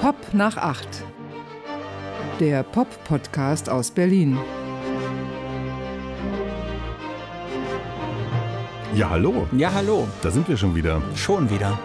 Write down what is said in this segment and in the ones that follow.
Pop nach 8. Der Pop-Podcast aus Berlin. Ja, hallo. Ja, hallo. Da sind wir schon wieder. Schon wieder.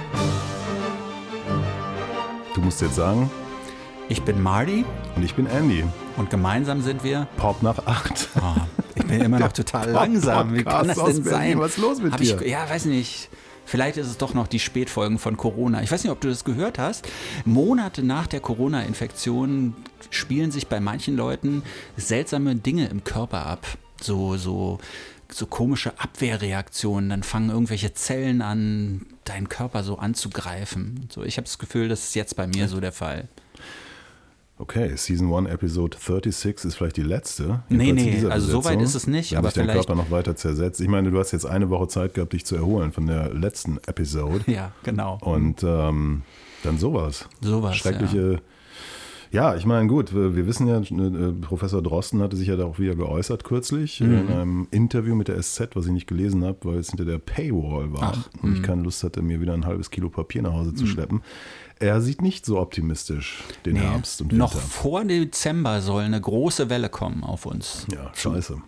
Du musst jetzt sagen... Ich bin Marty. Und ich bin Andy. Und gemeinsam sind wir... Pop nach 8. Oh, ich bin immer noch total langsam. Wie kann das denn sein? Was ist los mit dir? Ja, weiß nicht. Vielleicht ist es doch noch die Spätfolgen von Corona. Ich weiß nicht, ob du das gehört hast. Monate nach der Corona-Infektion spielen sich bei manchen Leuten seltsame Dinge im Körper ab. So komische Abwehrreaktionen. Dann fangen irgendwelche Zellen an, deinen Körper so anzugreifen. So, ich habe das Gefühl, das ist jetzt bei mir so der Fall. Okay, Season 1, Episode 36 ist vielleicht die letzte. Nee, also so weit ist es nicht. Wenn aber sich dein Körper noch weiter zersetzt. Ich meine, du hast jetzt eine Woche Zeit gehabt, dich zu erholen von der letzten Episode. Ja, genau. Und dann sowas. Schreckliche... Ja, ich meine, gut, wir wissen ja, Professor Drosten hatte sich ja da auch wieder geäußert kürzlich in einem Interview mit der SZ, was ich nicht gelesen habe, weil es hinter der Paywall war und ich keine Lust hatte, mir wieder ein halbes Kilo Papier nach Hause zu schleppen. Er sieht nicht so optimistisch den Herbst und Winter. Noch vor Dezember soll eine große Welle kommen auf uns. Ja, scheiße.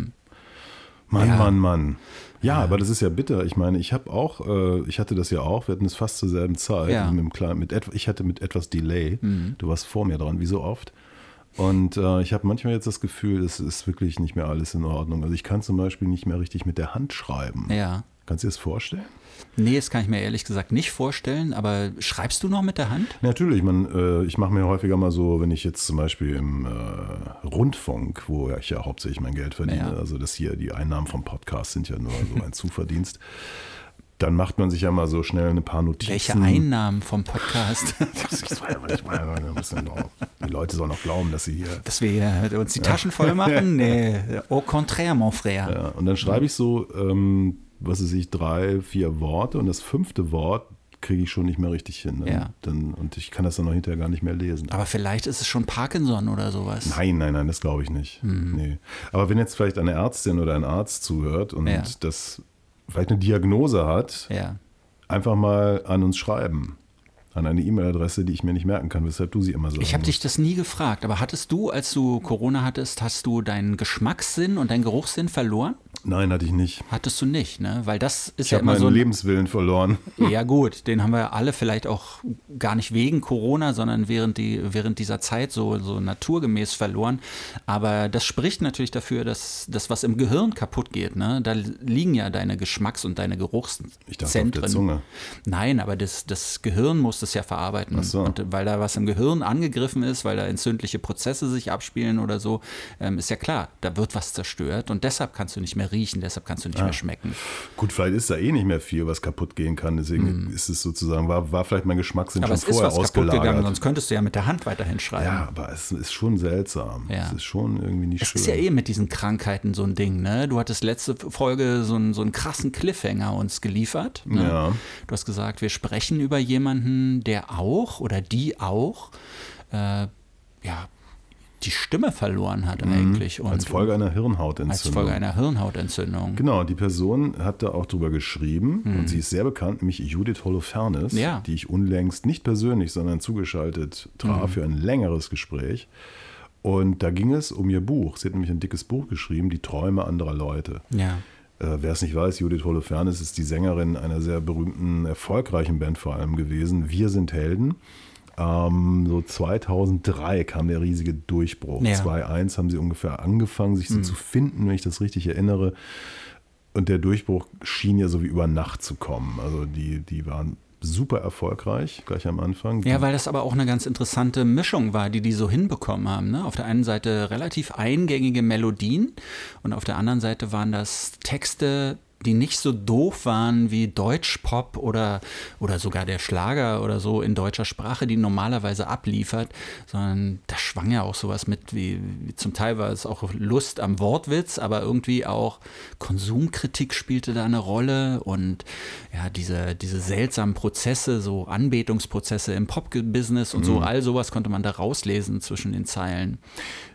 Mann. Ja, aber das ist ja bitter. Ich meine, ich hatte das ja auch, wir hatten es fast zur selben Zeit. Ja. Ich hatte mit etwas Delay. Du warst vor mir dran, wie so oft. Und ich habe manchmal jetzt das Gefühl, es ist wirklich nicht mehr alles in Ordnung. Also ich kann zum Beispiel nicht mehr richtig mit der Hand schreiben. Ja. Kannst du dir das vorstellen? Nee, das kann ich mir ehrlich gesagt nicht vorstellen, aber schreibst du noch mit der Hand? Natürlich, ich mache mir häufiger mal so, wenn ich jetzt zum Beispiel im Rundfunk, wo ich ja hauptsächlich mein Geld verdiene, also das hier, die Einnahmen vom Podcast sind ja nur so ein Zuverdienst, dann macht man sich ja mal so schnell ein paar Notizen. Welche Einnahmen vom Podcast? Die Leute sollen auch glauben, dass sie hier... Dass wir uns die Taschen voll machen? Nee, au contraire, mon frère. Ja, und dann schreibe ich so... 3, 4 Worte und das 5. Wort kriege ich schon nicht mehr richtig hin. Ne? Ja. Und ich kann das dann noch hinterher gar nicht mehr lesen. Aber vielleicht ist es schon Parkinson oder sowas. Nein, das glaube ich nicht. Nee. Aber wenn jetzt vielleicht eine Ärztin oder ein Arzt zuhört und das vielleicht eine Diagnose hat, einfach mal an uns schreiben. An eine E-Mail-Adresse, die ich mir nicht merken kann, weshalb du sie immer so. Ich habe dich das nie gefragt, aber hattest du, als du Corona hattest, hast du deinen Geschmackssinn und deinen Geruchssinn verloren? Nein, hatte ich nicht. Hattest du nicht, ne? Weil das ist ich ja immer so. Ich habe meinen Lebenswillen verloren. Ja gut, den haben wir alle vielleicht auch gar nicht wegen Corona, sondern während dieser Zeit so naturgemäß verloren. Aber das spricht natürlich dafür, dass das, was im Gehirn kaputt geht, ne? Da liegen ja deine Geschmacks- und deine Geruchszentren. Ich dachte auf der Zunge. Nein, aber das Gehirn muss das ja verarbeiten. Ach so. Und weil da was im Gehirn angegriffen ist, weil da entzündliche Prozesse sich abspielen oder so, ist ja klar, da wird was zerstört und deshalb kannst du nicht mehr riechen, deshalb kannst du nicht mehr schmecken. Gut, vielleicht ist da nicht mehr viel, was kaputt gehen kann, deswegen ist es sozusagen, war vielleicht mein Geschmackssinn schon vorher ausgelagert. Aber es ist was kaputt gegangen, sonst könntest du ja mit der Hand weiterhin schreiben. Ja, aber es ist schon seltsam. Ja. Es ist schon irgendwie nicht schön. Es ist ja mit diesen Krankheiten so ein Ding, ne? Du hattest letzte Folge so einen krassen Cliffhanger uns geliefert. Ne? Ja. Du hast gesagt, wir sprechen über jemanden, der auch oder die auch die Stimme verloren hat eigentlich. Und als Folge einer Hirnhautentzündung. Genau, die Person hat da auch drüber geschrieben und sie ist sehr bekannt, nämlich Judith Holofernes, die ich unlängst nicht persönlich, sondern zugeschaltet traf für ein längeres Gespräch. Und da ging es um ihr Buch. Sie hat nämlich ein dickes Buch geschrieben, Die Träume anderer Leute. Ja. Wer es nicht weiß, Judith Holofernes ist die Sängerin einer sehr berühmten, erfolgreichen Band vor allem gewesen. Wir sind Helden. So 2003 kam der riesige Durchbruch. 2001 haben sie ungefähr angefangen, sich so zu finden, wenn ich das richtig erinnere. Und der Durchbruch schien ja so wie über Nacht zu kommen. Also die waren super erfolgreich, gleich am Anfang. Ja, weil das aber auch eine ganz interessante Mischung war, die so hinbekommen haben. Ne? Auf der einen Seite relativ eingängige Melodien und auf der anderen Seite waren das Texte, die nicht so doof waren wie Deutschpop oder sogar der Schlager oder so in deutscher Sprache, die normalerweise abliefert, sondern da schwang ja auch sowas mit, wie zum Teil war es auch Lust am Wortwitz, aber irgendwie auch Konsumkritik spielte da eine Rolle und ja, diese seltsamen Prozesse, so Anbetungsprozesse im Pop-Business und so, all sowas konnte man da rauslesen zwischen den Zeilen.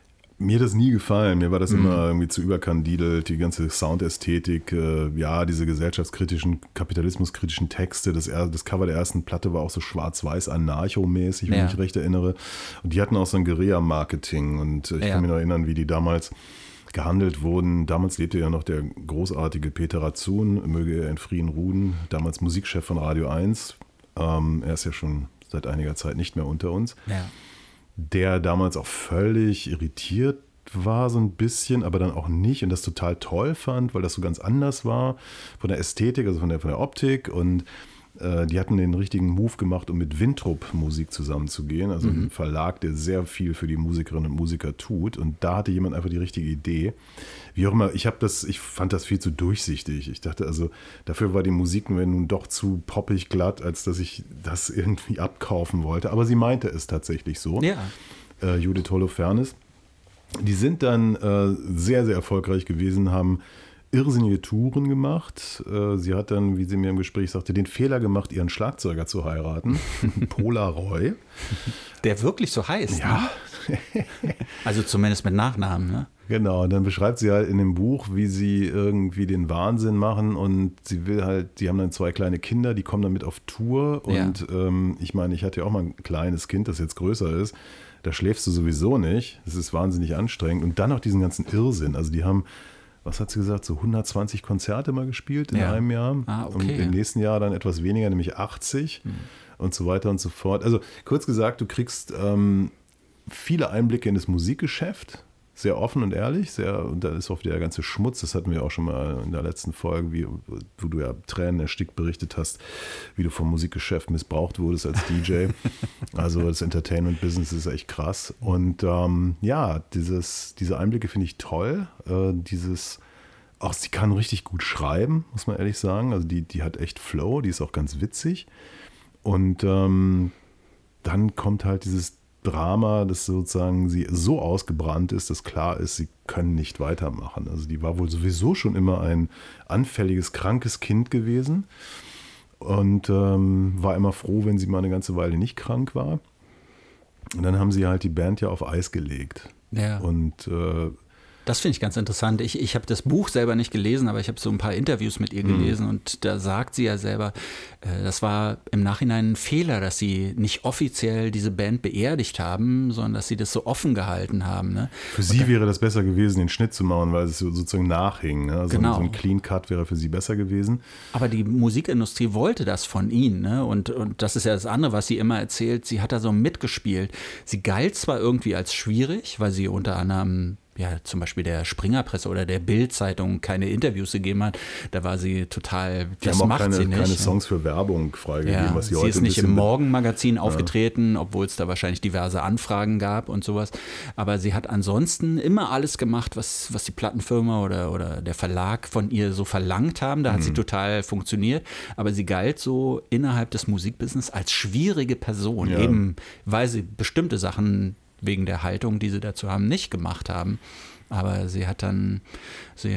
Mir hat das nie gefallen. Mir war das immer irgendwie zu überkandidelt, die ganze Soundästhetik, diese gesellschaftskritischen, kapitalismuskritischen Texte. Das Cover der ersten Platte war auch so schwarz-weiß, anarcho-mäßig, wenn ich mich recht erinnere. Und die hatten auch so ein Guerilla-Marketing. Und ich kann mich noch erinnern, wie die damals gehandelt wurden. Damals lebte ja noch der großartige Peter Ratzun, möge er in Frieden ruhen, damals Musikchef von Radio 1. Er ist ja schon seit einiger Zeit nicht mehr unter uns. Ja. Der damals auch völlig irritiert war so ein bisschen, aber dann auch nicht und das total toll fand, weil das so ganz anders war von der Ästhetik, also von der Optik und die hatten den richtigen Move gemacht, um mit Winthrop Musik zusammenzugehen, also ein Verlag, der sehr viel für die Musikerinnen und Musiker tut und da hatte jemand einfach die richtige Idee. Wie auch immer, ich fand das viel zu durchsichtig. Ich dachte also, dafür war die Musik nun doch zu poppig glatt, als dass ich das irgendwie abkaufen wollte, aber sie meinte es tatsächlich so. Ja. Judith Holofernes. Die sind dann sehr, sehr erfolgreich gewesen, haben irrsinnige Touren gemacht. Sie hat dann, wie sie mir im Gespräch sagte, den Fehler gemacht, ihren Schlagzeuger zu heiraten, Pola Roy. Der wirklich so heißt, ja. Ne? Also zumindest mit Nachnamen, ne? Genau, und dann beschreibt sie halt in dem Buch, wie sie irgendwie den Wahnsinn machen und die haben dann 2 kleine Kinder, die kommen dann mit auf Tour und ich meine, ich hatte ja auch mal ein kleines Kind, das jetzt größer ist, da schläfst du sowieso nicht, das ist wahnsinnig anstrengend und dann noch diesen ganzen Irrsinn, also die haben was hat sie gesagt, so 120 Konzerte mal gespielt in einem Jahr. Okay, und im nächsten Jahr dann etwas weniger, nämlich 80 und so weiter und so fort. Also kurz gesagt, du kriegst viele Einblicke in das Musikgeschäft, sehr offen und ehrlich, und da ist auch der ganze Schmutz, das hatten wir auch schon mal in der letzten Folge, wo du ja Tränen erstickt berichtet hast, wie du vom Musikgeschäft missbraucht wurdest als DJ. Also das Entertainment-Business ist echt krass. Und diese Einblicke finde ich toll. Auch sie kann richtig gut schreiben, muss man ehrlich sagen. Also die hat echt Flow, die ist auch ganz witzig. Und dann kommt halt dieses Drama, dass sozusagen sie so ausgebrannt ist, dass klar ist, sie können nicht weitermachen. Also die war wohl sowieso schon immer ein anfälliges, krankes Kind gewesen und war immer froh, wenn sie mal eine ganze Weile nicht krank war. Und dann haben sie halt die Band ja auf Eis gelegt. Ja. Und das finde ich ganz interessant. Ich habe das Buch selber nicht gelesen, aber ich habe so ein paar Interviews mit ihr gelesen und da sagt sie ja selber, das war im Nachhinein ein Fehler, dass sie nicht offiziell diese Band beerdigt haben, sondern dass sie das so offen gehalten haben. Ne? Für sie wäre das besser gewesen, den Schnitt zu machen, weil es sozusagen nachhing. Ne? Genau. So ein Clean Cut wäre für sie besser gewesen. Aber die Musikindustrie wollte das von ihnen. Ne? Und das ist ja das andere, was sie immer erzählt. Sie hat da so mitgespielt. Sie galt zwar irgendwie als schwierig, weil sie unter anderem zum Beispiel der Springerpresse oder der Bild-Zeitung keine Interviews gegeben hat, da war sie total, das macht sie nicht. Keine Songs für Werbung freigegeben, was sie heute ist nicht im Morgenmagazin aufgetreten, obwohl es da wahrscheinlich diverse Anfragen gab und sowas, aber sie hat ansonsten immer alles gemacht, was die Plattenfirma oder der Verlag von ihr so verlangt haben, da hat sie total funktioniert, aber sie galt so innerhalb des Musikbusiness als schwierige Person, eben weil sie bestimmte Sachen wegen der Haltung, die sie dazu haben, nicht gemacht haben. Aber sie hat dann, sie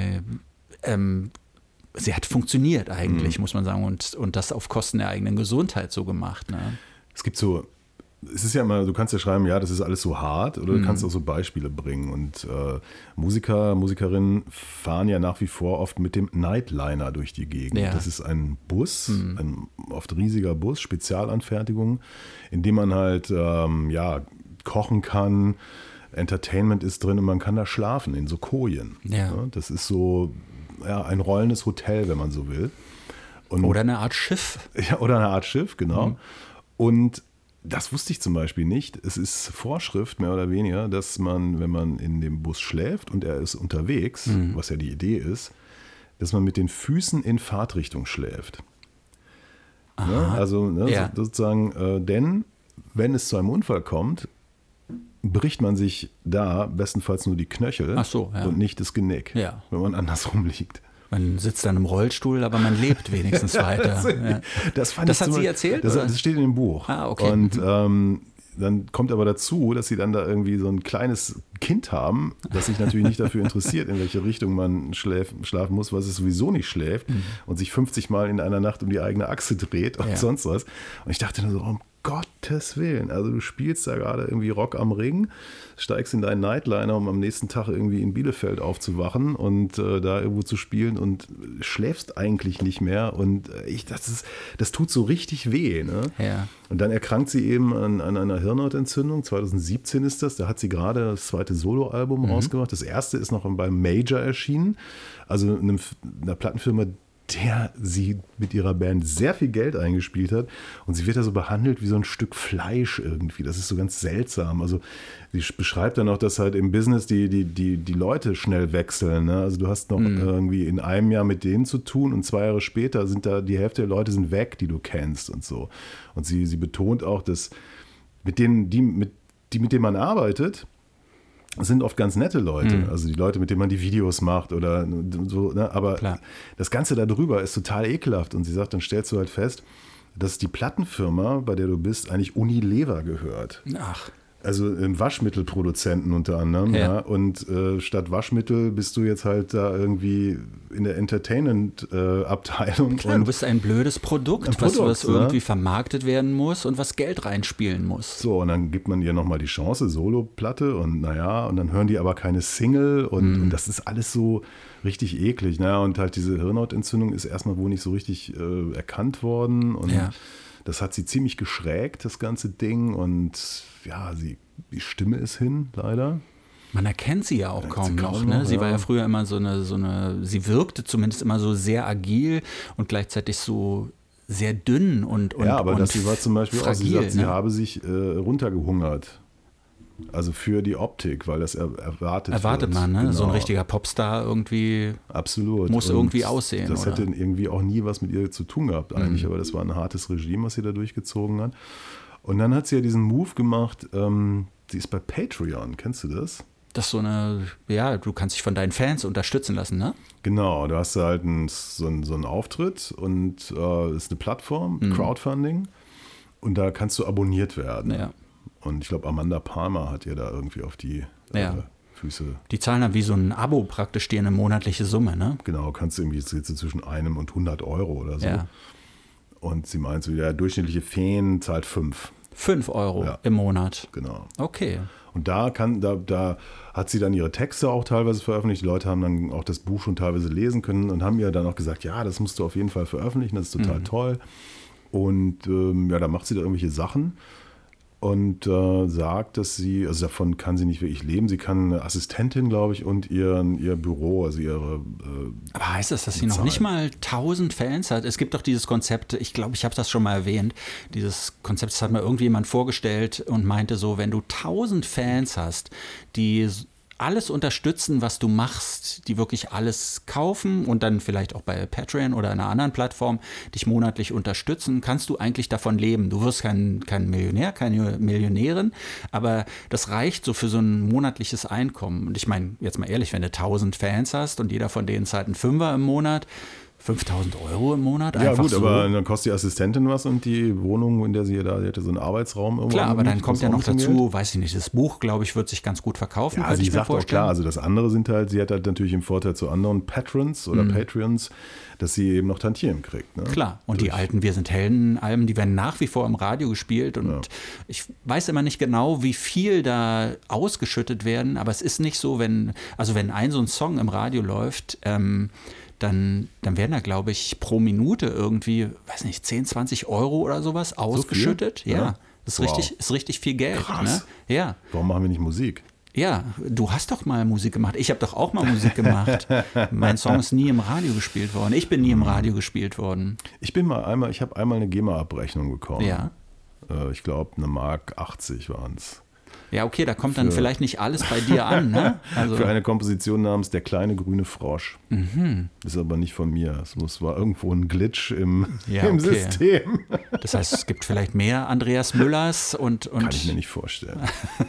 hat funktioniert eigentlich, muss man sagen, und das auf Kosten der eigenen Gesundheit so gemacht. Ne? Es ist ja immer, du kannst ja schreiben, ja, das ist alles so hart, oder du kannst auch so Beispiele bringen. Und Musikerinnen fahren ja nach wie vor oft mit dem Nightliner durch die Gegend. Ja. Das ist ein Bus, ein oft riesiger Bus, Spezialanfertigung, in dem man halt, kochen kann, Entertainment ist drin und man kann da schlafen in so Kojen. Ja. Das ist so ein rollendes Hotel, wenn man so will. Oder eine Art Schiff. Ja, oder eine Art Schiff, genau. Und das wusste ich zum Beispiel nicht. Es ist Vorschrift, mehr oder weniger, dass man, wenn man in dem Bus schläft und er ist unterwegs, was ja die Idee ist, dass man mit den Füßen in Fahrtrichtung schläft. Ne? Also sozusagen, denn wenn es zu einem Unfall kommt, bricht man sich da bestenfalls nur die Knöchel und nicht das Genick, wenn man andersrum liegt. Man sitzt dann im Rollstuhl, aber man lebt wenigstens weiter. Das hat sie erzählt? Das steht in dem Buch. Ah, okay. Und dann kommt aber dazu, dass sie dann da irgendwie so ein kleines Kind haben, das sich natürlich nicht dafür interessiert, in welche Richtung man schlafen muss, was es sowieso nicht schläft und sich 50 Mal in einer Nacht um die eigene Achse dreht und sonst was. Und ich dachte nur so, um Gottes Willen. Also du spielst da gerade irgendwie Rock am Ring, steigst in deinen Nightliner, um am nächsten Tag irgendwie in Bielefeld aufzuwachen und da irgendwo zu spielen und schläfst eigentlich nicht mehr. Und das tut so richtig weh. Ne? Ja. Und dann erkrankt sie eben an einer Hirnhautentzündung. 2017 ist das. Da hat sie gerade das zweite Soloalbum rausgebracht. Das erste ist noch beim Major erschienen. Also einer Plattenfirma, der sie mit ihrer Band sehr viel Geld eingespielt hat. Und sie wird da so behandelt wie so ein Stück Fleisch irgendwie. Das ist so ganz seltsam. Also sie beschreibt dann auch, dass halt im Business die Leute schnell wechseln. Ne? Also du hast noch irgendwie in einem Jahr mit denen zu tun und 2 Jahre später sind da die Hälfte der Leute sind weg, die du kennst und so. Und sie betont auch, dass mit denen man arbeitet, das sind oft ganz nette Leute, also die Leute, mit denen man die Videos macht oder so, ne? Aber klar, das Ganze da drüber ist total ekelhaft und sie sagt, dann stellst du halt fest, dass die Plattenfirma, bei der du bist, eigentlich Unilever gehört. Ach. Also ein Waschmittelproduzenten unter anderem, ja. Und statt Waschmittel bist du jetzt halt da irgendwie in der Entertainment-Abteilung. Klar, du bist ein blödes Produkt, was irgendwie vermarktet werden muss und was Geld reinspielen muss. So, und dann gibt man ihr nochmal die Chance, Solo-Platte und und dann hören die aber keine Single und das ist alles so richtig eklig. Naja, und halt diese Hirnhautentzündung ist erstmal wohl nicht so richtig erkannt worden und das hat sie ziemlich geschrägt, das ganze Ding. Und ja, die Stimme ist hin, leider. Man erkennt sie ja auch kaum noch. Ne? Sie war ja früher immer sie wirkte zumindest immer so sehr agil und gleichzeitig so sehr dünn und ja, aber und sie war zum Beispiel fragil, auch, sie sagt, ne? sie habe sich runtergehungert. Also für die Optik, weil das erwartet man, ne? Genau. So ein richtiger Popstar irgendwie. Absolut. Muss und irgendwie aussehen. Das oder? hätte irgendwie auch nie was mit ihr zu tun gehabt eigentlich, aber das war ein hartes Regime, was sie da durchgezogen hat. Und dann hat sie ja diesen Move gemacht, sie ist bei Patreon, kennst du das? Das ist so du kannst dich von deinen Fans unterstützen lassen, ne? Genau, du hast da halt so einen Auftritt und ist eine Plattform, Crowdfunding, und da kannst du abonniert werden. Ja. Und ich glaube, Amanda Palmer hat ihr da irgendwie auf die Füße. Die zahlen dann wie so ein Abo praktisch dir eine monatliche Summe, ne? Genau, kannst du irgendwie jetzt zwischen 1 und 100 Euro oder so. Ja. Und sie meint so, der durchschnittliche Fan zahlt 5. 5 Euro im Monat. Genau. Okay. Und da hat sie dann ihre Texte auch teilweise veröffentlicht. Die Leute haben dann auch das Buch schon teilweise lesen können und haben ihr dann auch gesagt, ja, das musst du auf jeden Fall veröffentlichen, das ist total toll. Und da macht sie da irgendwelche Sachen. Und sagt, dass sie, also davon kann sie nicht wirklich leben. Sie kann eine Assistentin, glaube ich, und ihr Büro, also ihre. Aber heißt das, dass sie noch nicht mal 1000 Fans hat? Es gibt doch dieses Konzept, ich glaube, ich habe das schon mal erwähnt. Dieses Konzept, das hat mir irgendjemand vorgestellt und meinte so, wenn du 1000 Fans hast, die alles unterstützen, was du machst, die wirklich alles kaufen und dann vielleicht auch bei Patreon oder einer anderen Plattform dich monatlich unterstützen, kannst du eigentlich davon leben. Du wirst kein Millionär, keine Millionärin, aber das reicht so für so ein monatliches Einkommen. Und ich meine, jetzt mal ehrlich, wenn du 1000 Fans hast und jeder von denen zahlt einen Fünfer im Monat, 5.000 Euro im Monat? Ja gut, so. Aber dann kostet die Assistentin was und die Wohnung, in der sie da, die hatte so einen Arbeitsraum irgendwo. Klar, aber dann kommt ja noch dazu, weiß ich nicht, das Buch, glaube ich, wird sich ganz gut verkaufen. Ja, sie sagt auch klar, also das andere sind halt, sie hat halt natürlich im Vorteil zu anderen Patrons oder Patreons, dass sie eben noch Tantiemen kriegt. Ne? Klar, und die alten Wir sind Helden-Alben, die werden nach wie vor im Radio gespielt und ich weiß immer nicht genau, wie viel da ausgeschüttet werden, aber es ist nicht so, wenn so ein Song im Radio läuft, dann werden da, glaube ich, pro Minute irgendwie, weiß nicht, 10, 20 Euro oder sowas ausgeschüttet. So ja, das ist richtig viel Geld. Krass. Ne? Ja. Warum machen wir nicht Musik? Ja, du hast doch mal Musik gemacht. Ich habe doch auch mal Musik gemacht. Mein Song ist nie im Radio gespielt worden. Ich bin nie im Radio gespielt worden. Ich habe einmal eine GEMA-Abrechnung bekommen. Ja. Ich glaube, 1,80 Mark waren es. Ja, okay, da kommt dann vielleicht nicht alles bei dir an, ne? Also für eine Komposition namens Der kleine grüne Frosch. Ist aber nicht von mir. Es war irgendwo ein Glitch im System. Das heißt, es gibt vielleicht mehr Andreas Müllers und kann ich mir nicht vorstellen.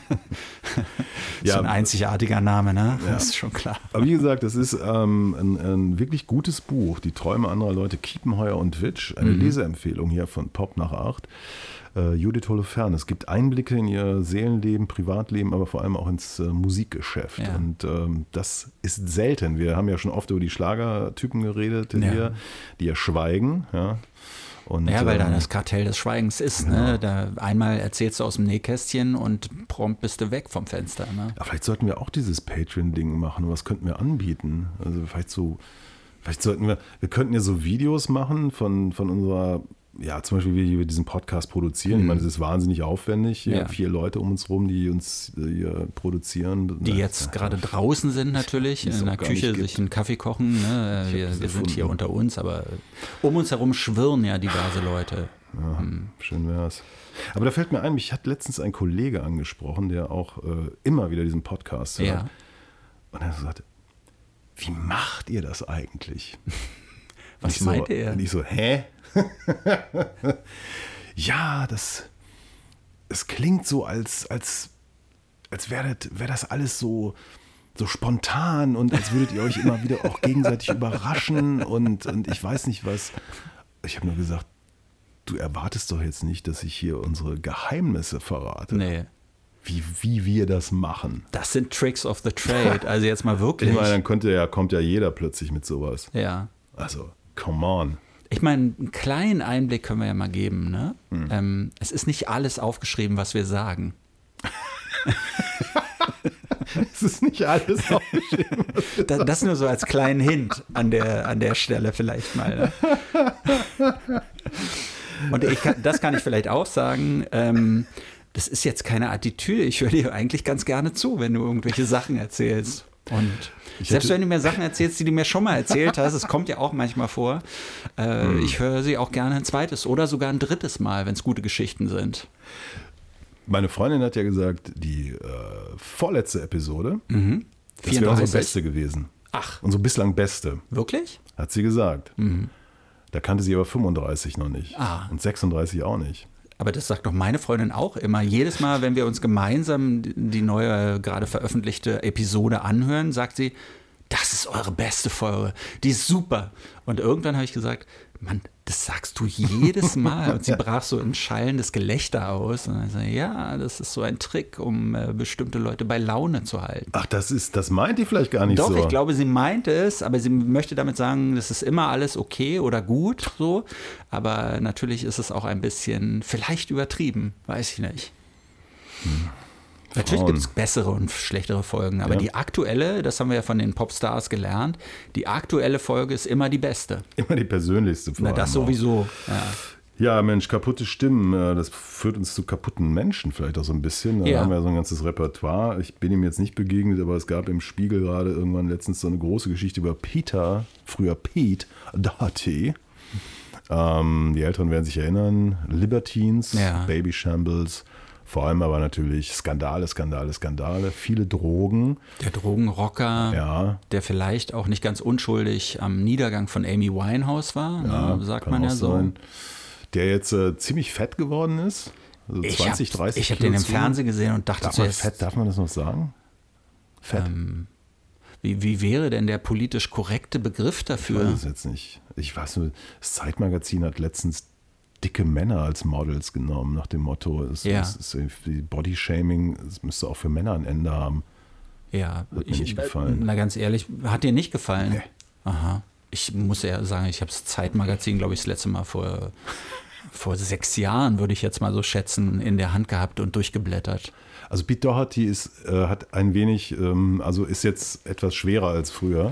So ein einzigartiger Name, ne? Ja. Das ist schon klar. Aber wie gesagt, das ist ein wirklich gutes Buch. Die Träume anderer Leute, Kiepenheuer und Witsch. Eine Leseempfehlung hier von Pop nach 8. Judith Holofernes gibt Einblicke in ihr Seelenleben, Privatleben, aber vor allem auch ins Musikgeschäft. Ja. Und das ist selten. Wir haben ja schon oft über die Schlagertypen geredet, die ja schweigen. Ja. Und, ja, weil da das Kartell des Schweigens ist. Ne? Da einmal erzählst du aus dem Nähkästchen und prompt bist du weg vom Fenster. Ne? Ja, vielleicht sollten wir auch dieses Patreon-Ding machen. Was könnten wir anbieten? Also vielleicht sollten wir könnten ja so Videos machen von unserer, ja, zum Beispiel wie wir diesen Podcast produzieren. Ich meine, das ist wahnsinnig aufwendig. Hier 4 Leute um uns rum, die uns hier produzieren. Die jetzt gerade draußen sind natürlich, in der Küche sich einen Kaffee kochen. Ne? Wir sind hier unter uns, aber um uns herum schwirren ja diverse Leute. Ja, schön wär's. Aber da fällt mir ein, mich hat letztens ein Kollege angesprochen, der auch immer wieder diesen Podcast hört. Ja. Und er sagte, wie macht ihr das eigentlich? Was meinte er? Und ich so, hä? Ja, es klingt so, als wäre das alles so spontan und als würdet ihr euch immer wieder auch gegenseitig überraschen und ich weiß nicht was. Ich habe nur gesagt, du erwartest doch jetzt nicht, dass ich hier unsere Geheimnisse verrate. Nee. Wie wir das machen. Das sind Tricks of the Trade, also jetzt mal wirklich. Ich meine, dann kommt ja jeder plötzlich mit sowas. Ja. Also, come on. Ich meine, einen kleinen Einblick können wir ja mal geben. Ne? Es ist nicht alles aufgeschrieben, was wir sagen. Es ist nicht alles aufgeschrieben. Das nur so als kleinen Hint an der Stelle vielleicht mal. Ne? Und das kann ich vielleicht auch sagen. Das ist jetzt keine Attitüde. Ich höre dir eigentlich ganz gerne zu, wenn du irgendwelche Sachen erzählst. Und selbst wenn du mir Sachen erzählst, die du mir schon mal erzählt hast, es kommt ja auch manchmal vor, ich höre sie auch gerne ein zweites oder sogar ein drittes Mal, wenn es gute Geschichten sind. Meine Freundin hat ja gesagt, die vorletzte Episode, das wäre unsere beste gewesen. Ach. Unsere bislang beste. Wirklich? Hat sie gesagt. Da kannte sie aber 35 noch nicht. Und 36 auch nicht. Aber das sagt doch meine Freundin auch immer. Jedes Mal, wenn wir uns gemeinsam die neue, gerade veröffentlichte Episode anhören, sagt sie, das ist eure beste Folge. Die ist super. Und irgendwann habe ich gesagt, Mann, das sagst du jedes Mal. Und sie brach so in schallendes Gelächter aus. Und dann sagte, ja, das ist so ein Trick, um bestimmte Leute bei Laune zu halten. Ach, das meint die vielleicht gar nicht Doch, so. Doch, ich glaube, sie meint es, aber sie möchte damit sagen, das ist immer alles okay oder gut, so. Aber natürlich ist es auch ein bisschen vielleicht übertrieben, weiß ich nicht. Natürlich gibt es bessere und schlechtere Folgen, aber die aktuelle, das haben wir ja von den Popstars gelernt, die aktuelle Folge ist immer die beste. Immer die persönlichste Folge. Na, das sowieso, ja. Ja, Mensch, kaputte Stimmen, das führt uns zu kaputten Menschen vielleicht auch so ein bisschen. Da haben wir so ein ganzes Repertoire. Ich bin ihm jetzt nicht begegnet, aber es gab im Spiegel gerade irgendwann letztens so eine große Geschichte über Peter, früher Pete Doherty. Die Älteren werden sich erinnern, Libertines, Baby Shambles, vor allem aber natürlich Skandale, viele Drogen. Der Drogenrocker, der vielleicht auch nicht ganz unschuldig am Niedergang von Amy Winehouse war, sagt man ja so. Sein. Der jetzt ziemlich fett geworden ist, also 30 Kilo. Ich habe den im Fernsehen gesehen und dachte zuerst... Fett, darf man das noch sagen? Fett? Wie wäre denn der politisch korrekte Begriff dafür? Ich weiß es jetzt nicht. Ich weiß nur, das Zeitmagazin hat letztens dicke Männer als Models genommen, nach dem Motto, Bodyshaming, es müsste auch für Männer ein Ende haben. Ja, hat mir nicht gefallen. Na ganz ehrlich, hat dir nicht gefallen? Nee. Aha. Ich muss ja sagen, ich habe das Zeitmagazin, glaube ich, das letzte Mal vor 6 Jahren, würde ich jetzt mal so schätzen, in der Hand gehabt und durchgeblättert. Also Pete Doherty hat ein wenig, also ist jetzt etwas schwerer als früher.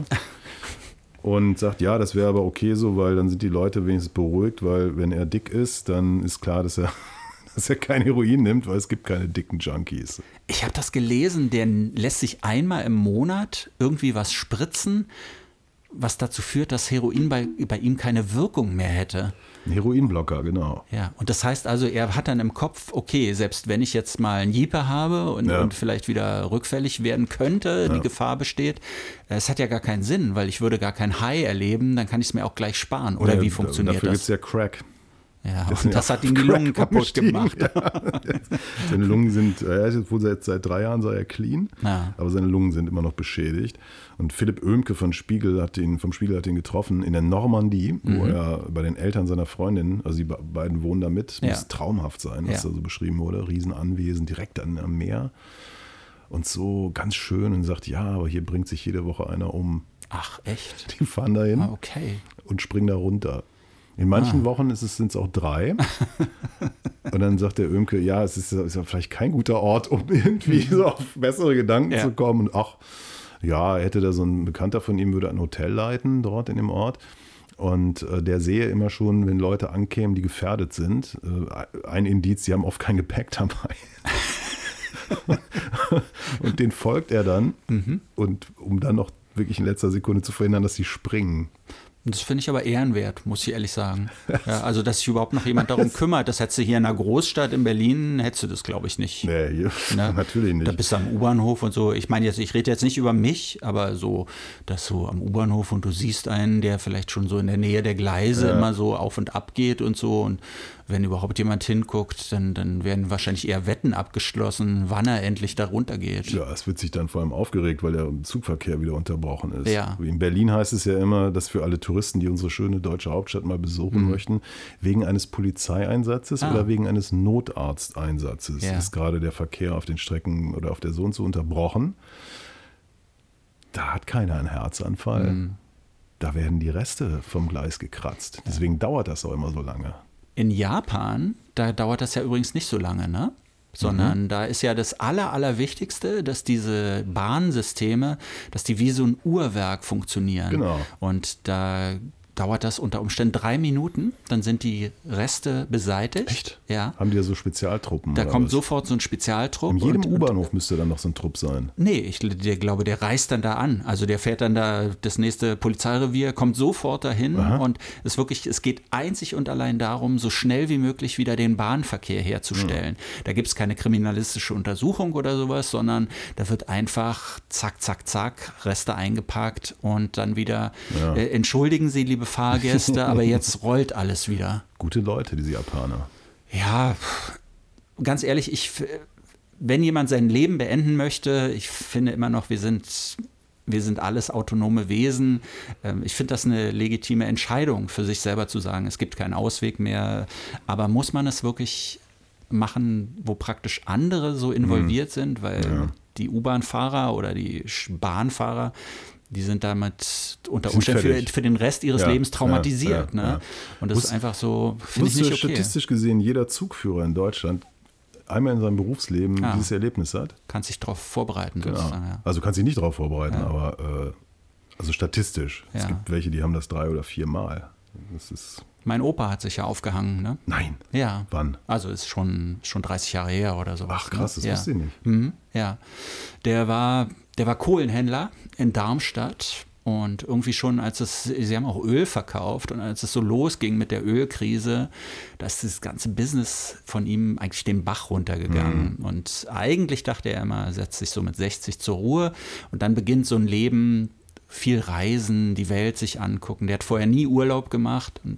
Und sagt, ja, das wäre aber okay so, weil dann sind die Leute wenigstens beruhigt, weil wenn er dick ist, dann ist klar, dass er kein Heroin nimmt, weil es gibt keine dicken Junkies. Ich habe das gelesen, der lässt sich einmal im Monat irgendwie was spritzen, was dazu führt, dass Heroin bei ihm keine Wirkung mehr hätte. Ein Heroinblocker, genau. Ja, und das heißt also, er hat dann im Kopf, okay, selbst wenn ich jetzt mal einen Jeeper habe und vielleicht wieder rückfällig werden könnte, die Gefahr besteht, es hat ja gar keinen Sinn, weil ich würde gar kein High erleben, dann kann ich es mir auch gleich sparen. Oder wie funktioniert dafür das? Dafür gibt es ja Crack. Ja, und das hat ihm die Lungen kaputt gemacht. Ja. Seine Lungen sind, er ist jetzt wohl seit 3 Jahren sei er clean, aber seine Lungen sind immer noch beschädigt. Und Philipp Oehmke vom Spiegel hat ihn getroffen in der Normandie, wo er bei den Eltern seiner Freundin, also die beiden wohnen da mit, muss traumhaft sein, was da so beschrieben wurde, Riesenanwesen, direkt am Meer und so ganz schön und sagt, ja, aber hier bringt sich jede Woche einer um. Ach, echt? Die fahren da hin okay. und springen da runter. In manchen Wochen sind es auch 3. Und dann sagt der Oemke, ja, es ist ja vielleicht kein guter Ort, um irgendwie so auf bessere Gedanken zu kommen. Und ach, ja, hätte da so ein Bekannter von ihm, würde ein Hotel leiten dort in dem Ort. Und der sehe immer schon, wenn Leute ankämen, die gefährdet sind, ein Indiz, die haben oft kein Gepäck dabei. Und den folgt er dann, und um dann noch wirklich in letzter Sekunde zu verhindern, dass sie springen. Das finde ich aber ehrenwert, muss ich ehrlich sagen. Ja, also, dass sich überhaupt noch jemand darum kümmert, das hättest du hier in einer Großstadt in Berlin, hättest du das, glaube ich, nicht. Nee, hier, natürlich nicht. Da bist du am U-Bahnhof und so. Ich meine jetzt, ich rede jetzt nicht über mich, aber so, dass so am U-Bahnhof und du siehst einen, der vielleicht schon so in der Nähe der Gleise immer so auf und ab geht und so. Und wenn überhaupt jemand hinguckt, dann werden wahrscheinlich eher Wetten abgeschlossen, wann er endlich da runtergeht. Ja, es wird sich dann vor allem aufgeregt, weil der Zugverkehr wieder unterbrochen ist. Ja. In Berlin heißt es ja immer, dass für alle Touristen, die unsere schöne deutsche Hauptstadt mal besuchen möchten, wegen eines Polizeieinsatzes oder wegen eines Notarzteinsatzes ist gerade der Verkehr auf den Strecken oder auf der so und so unterbrochen. Da hat keiner einen Herzanfall. Da werden die Reste vom Gleis gekratzt. Deswegen dauert das auch immer so lange. In Japan, da dauert das ja übrigens nicht so lange, ne? Sondern da ist ja das Allerwichtigste, dass diese Bahnsysteme, dass die wie so ein Uhrwerk funktionieren. Genau. Und da dauert das unter Umständen 3 Minuten, dann sind die Reste beseitigt. Echt? Ja. Haben die ja so Spezialtruppen? Da oder kommt was? sofort so ein Spezialtrupp. In jedem U-Bahnhof müsste dann noch so ein Trupp sein. Nee, ich glaube, der reist dann da an. Also der fährt dann da das nächste Polizeirevier, kommt sofort dahin und es geht einzig und allein darum, so schnell wie möglich wieder den Bahnverkehr herzustellen. Da gibt es keine kriminalistische Untersuchung oder sowas, sondern da wird einfach zack, zack, zack, Reste eingepackt und dann wieder entschuldigen Sie, liebe Fahrgäste, aber jetzt rollt alles wieder. Gute Leute, diese Japaner. Ja, ganz ehrlich, wenn jemand sein Leben beenden möchte, ich finde immer noch, wir sind alles autonome Wesen. Ich finde das eine legitime Entscheidung für sich selber zu sagen, es gibt keinen Ausweg mehr. Aber muss man es wirklich machen, wo praktisch andere so involviert sind? Weil die U-Bahn-Fahrer oder die Bahnfahrer, die sind damit unter Umständen für den Rest ihres Lebens traumatisiert. Ne? Und das ist einfach so, finde ich nicht okay. Statistisch gesehen, jeder Zugführer in Deutschland einmal in seinem Berufsleben dieses Erlebnis hat. Kannst dich darauf vorbereiten. Genau. Sozusagen, Also kannst dich nicht darauf vorbereiten, aber also statistisch. Es gibt welche, die haben das 3 oder 4 Mal. Das ist... Mein Opa hat sich ja aufgehangen, ne? Nein. Ja. Wann? Also ist schon 30 Jahre her oder sowas. Ach krass, das wusste ich nicht. Ja. Der war Kohlenhändler in Darmstadt und irgendwie schon, sie haben auch Öl verkauft und als es so losging mit der Ölkrise, da ist das ganze Business von ihm eigentlich den Bach runtergegangen. Und eigentlich dachte er immer, er setzt sich so mit 60 zur Ruhe und dann beginnt so ein Leben, viel reisen, die Welt sich angucken. Der hat vorher nie Urlaub gemacht. Und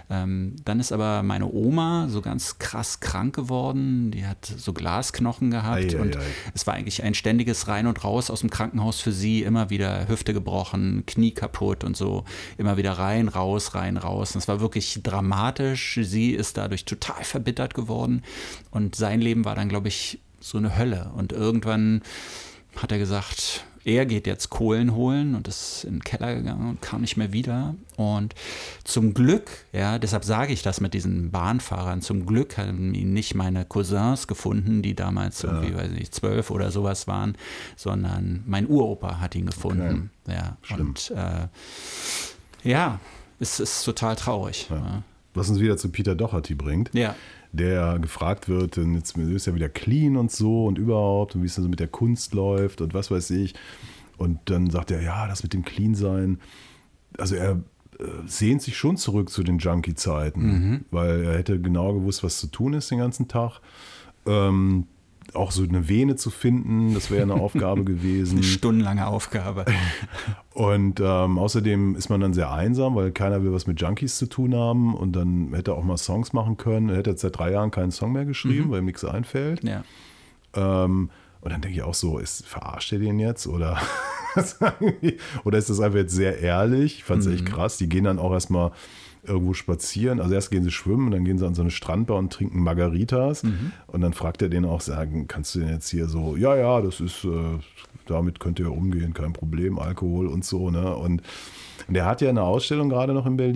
dann ist aber meine Oma so ganz krass krank geworden. Die hat so Glasknochen gehabt. Und es war eigentlich ein ständiges Rein und Raus aus dem Krankenhaus für sie. Immer wieder Hüfte gebrochen, Knie kaputt und so. Immer wieder rein, raus, rein, raus. Und es war wirklich dramatisch. Sie ist dadurch total verbittert geworden. Und sein Leben war dann, glaube ich, so eine Hölle. Und irgendwann hat er gesagt, er geht jetzt Kohlen holen und ist in den Keller gegangen und kam nicht mehr wieder. Und zum Glück, deshalb sage ich das mit diesen Bahnfahrern, zum Glück haben ihn nicht meine Cousins gefunden, die damals irgendwie, weiß nicht, 12 oder sowas waren, sondern mein Uropa hat ihn gefunden. Okay. Ja, schlimm. Und es ist total traurig. Ja. Was uns wieder zu Peter Doherty bringt. Ja. Der gefragt wird, jetzt ist ja wieder clean und so und überhaupt und wie es dann so mit der Kunst läuft und was weiß ich. Und dann sagt er, ja, das mit dem Clean-Sein. Also er sehnt sich schon zurück zu den Junkie-Zeiten, weil er hätte genau gewusst, was zu tun ist den ganzen Tag. Auch so eine Vene zu finden, das wäre eine Aufgabe gewesen. Eine stundenlange Aufgabe. Und außerdem ist man dann sehr einsam, weil keiner will was mit Junkies zu tun haben. Und dann hätte er auch mal Songs machen können. Er hätte jetzt seit 3 Jahren keinen Song mehr geschrieben, weil ihm nichts einfällt. Ja. Und dann denke ich auch so, verarscht er den jetzt? Oder ist das einfach jetzt sehr ehrlich? Ich fand es echt krass. Die gehen dann auch erstmal irgendwo spazieren. Also erst gehen sie schwimmen, dann gehen sie an so eine Strandbar und trinken Margaritas. Und dann fragt er den auch, kannst du denn jetzt hier so, ja, das ist, damit könnt ihr umgehen, kein Problem, Alkohol und so. Ne? Und der hat ja eine Ausstellung gerade noch in Berlin.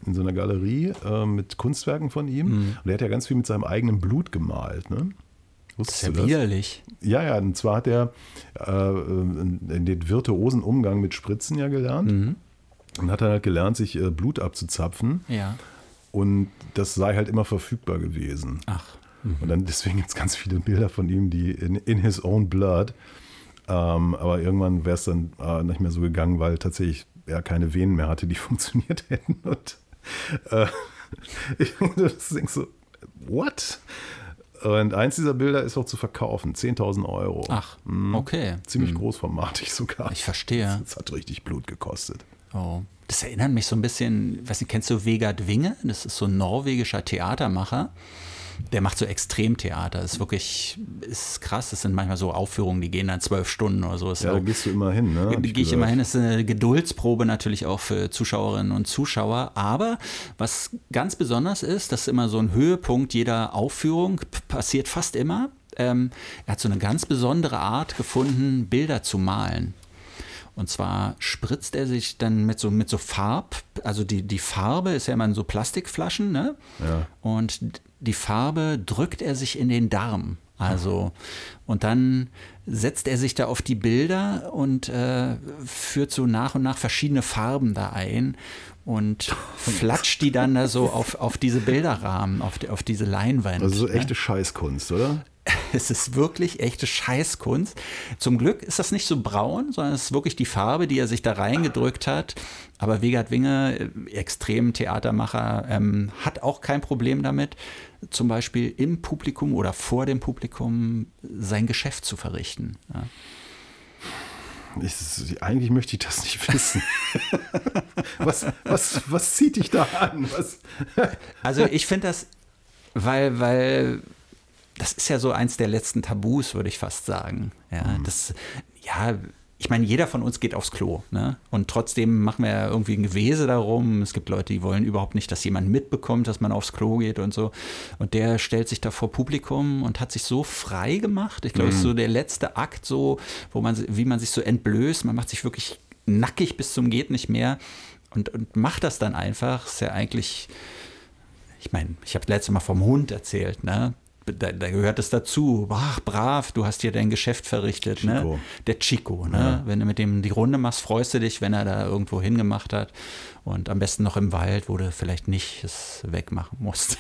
in so einer Galerie mit Kunstwerken von ihm. Und der hat ja ganz viel mit seinem eigenen Blut gemalt. Ne? Das ist ja widerlich. Ja, und zwar hat er den virtuosen Umgang mit Spritzen ja gelernt. Und hat dann halt gelernt, sich Blut abzuzapfen. Ja. Und das sei halt immer verfügbar gewesen. Ach. Und dann deswegen gibt es ganz viele Bilder von ihm, die in his own blood. Aber irgendwann wäre es dann nicht mehr so gegangen, weil tatsächlich er keine Venen mehr hatte, die funktioniert hätten. Und ich denke so, what? Und eins dieser Bilder ist auch zu verkaufen, 10.000 Euro. Ach, okay. Ziemlich großformatig sogar. Ich verstehe. Das hat richtig Blut gekostet. Oh. Das erinnert mich so ein bisschen, weiß nicht, kennst du Vegard Winge? Das ist so ein norwegischer Theatermacher. Der macht so Extremtheater. Das ist wirklich, ist krass. Das sind manchmal so Aufführungen, die gehen dann 12 Stunden oder so. Ja, da gehst du immer hin, ne? Gehe ich immer hin. Das ist eine Geduldsprobe natürlich auch für Zuschauerinnen und Zuschauer. Aber was ganz besonders ist, das ist immer so ein Höhepunkt jeder Aufführung, passiert fast immer. Er hat so eine ganz besondere Art gefunden, Bilder zu malen. Und zwar spritzt er sich dann mit so Farb, also die Farbe ist ja immer in so Plastikflaschen, ne? Ja. Und die Farbe drückt er sich in den Darm. Also, und dann setzt er sich da auf die Bilder und führt so nach und nach verschiedene Farben da ein und flatscht die dann da so auf diese Bilderrahmen, auf diese Leinwand. Also so echte Scheißkunst, oder? Es ist wirklich echte Scheißkunst. Zum Glück ist das nicht so braun, sondern es ist wirklich die Farbe, die er sich da reingedrückt hat. Aber Vegard Winge, extrem Theatermacher, hat auch kein Problem damit, zum Beispiel im Publikum oder vor dem Publikum sein Geschäft zu verrichten. Ja. Eigentlich möchte ich das nicht wissen. Was zieht dich da an? Also ich finde das, weil das ist ja so eins der letzten Tabus, würde ich fast sagen. Ja, ich meine, jeder von uns geht aufs Klo, ne? Und trotzdem machen wir ja irgendwie ein Gewese darum. Es gibt Leute, die wollen überhaupt nicht, dass jemand mitbekommt, dass man aufs Klo geht und so. Und der stellt sich da vor Publikum und hat sich so frei gemacht. Ich glaube, es ist so der letzte Akt, so, wie man sich so entblößt. Man macht sich wirklich nackig bis zum geht nicht mehr und macht das dann einfach. Ist ja eigentlich, ich meine, ich habe letztes Mal vom Hund erzählt, ne? Da gehört es dazu. Ach, brav, du hast hier dein Geschäft verrichtet. Chico. Ne? Der Chico. Ne? Ja. Wenn du mit dem die Runde machst, freust du dich, wenn er da irgendwo hingemacht hat. Und am besten noch im Wald, wo du vielleicht nicht es wegmachen musst.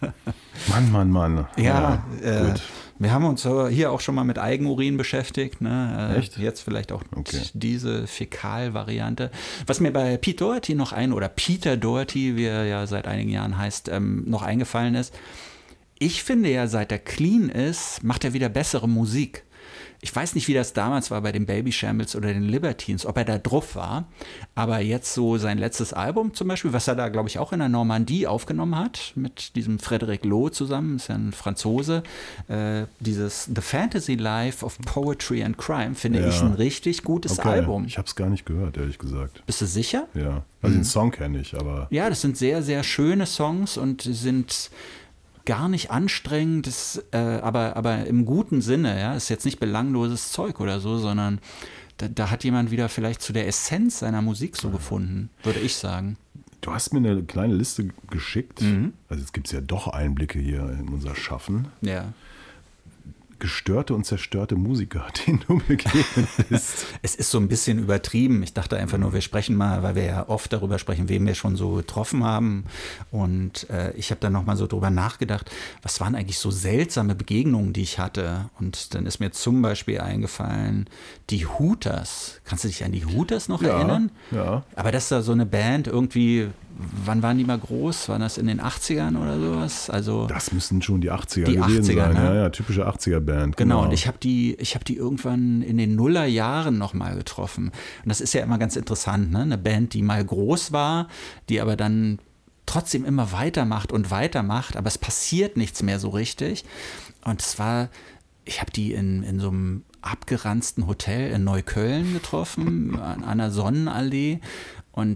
Mann. Ja, gut. Wir haben uns hier auch schon mal mit Eigenurin beschäftigt. Ne? Echt? Jetzt vielleicht auch diese Fäkalvariante. Was mir bei Pete Doherty oder Peter Doherty, wie er ja seit einigen Jahren heißt, noch eingefallen ist, ich finde ja, seit er clean ist, macht er wieder bessere Musik. Ich weiß nicht, wie das damals war bei den Baby Shambles oder den Libertines, ob er da drauf war, aber jetzt so sein letztes Album zum Beispiel, was er da, glaube ich, auch in der Normandie aufgenommen hat, mit diesem Frédéric Loh zusammen, ist ja ein Franzose, dieses The Fantasy Life of Poetry and Crime, finde ich ein richtig gutes Album. Ich habe es gar nicht gehört, ehrlich gesagt. Bist du sicher? Ja, also den Song kenne ich, aber... Ja, das sind sehr, sehr schöne Songs und sind... gar nicht anstrengend, aber im guten Sinne, ja, ist jetzt nicht belangloses Zeug oder so, sondern da hat jemand wieder vielleicht zu der Essenz seiner Musik so gefunden, würde ich sagen. Du hast mir eine kleine Liste geschickt, also jetzt gibt es ja doch Einblicke hier in unser Schaffen. Ja. Gestörte und zerstörte Musiker, denen du begegnet bist. Es ist so ein bisschen übertrieben. Ich dachte einfach nur, wir sprechen mal, weil wir ja oft darüber sprechen, wen wir schon so getroffen haben. Und ich habe dann nochmal so drüber nachgedacht, was waren eigentlich so seltsame Begegnungen, die ich hatte. Und dann ist mir zum Beispiel eingefallen, die Hooters. Kannst du dich an die Hooters noch erinnern? Ja. Aber das ist da so eine Band irgendwie... Wann waren die mal groß? Waren das in den 80ern oder sowas? Also das müssen schon die 80er gewesen 80er, sein. Ne? Ja, typische 80er-Band. Genau, und ich hab die irgendwann in den Nullerjahren nochmal getroffen. Und das ist ja immer ganz interessant, ne? Eine Band, die mal groß war, die aber dann trotzdem immer weitermacht, aber es passiert nichts mehr so richtig. Und ich habe die in so einem abgeranzten Hotel in Neukölln getroffen, an einer Sonnenallee. Und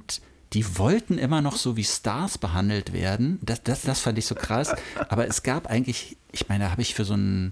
die wollten immer noch so wie Stars behandelt werden. Das fand ich so krass. Aber es gab eigentlich, ich meine, da habe ich für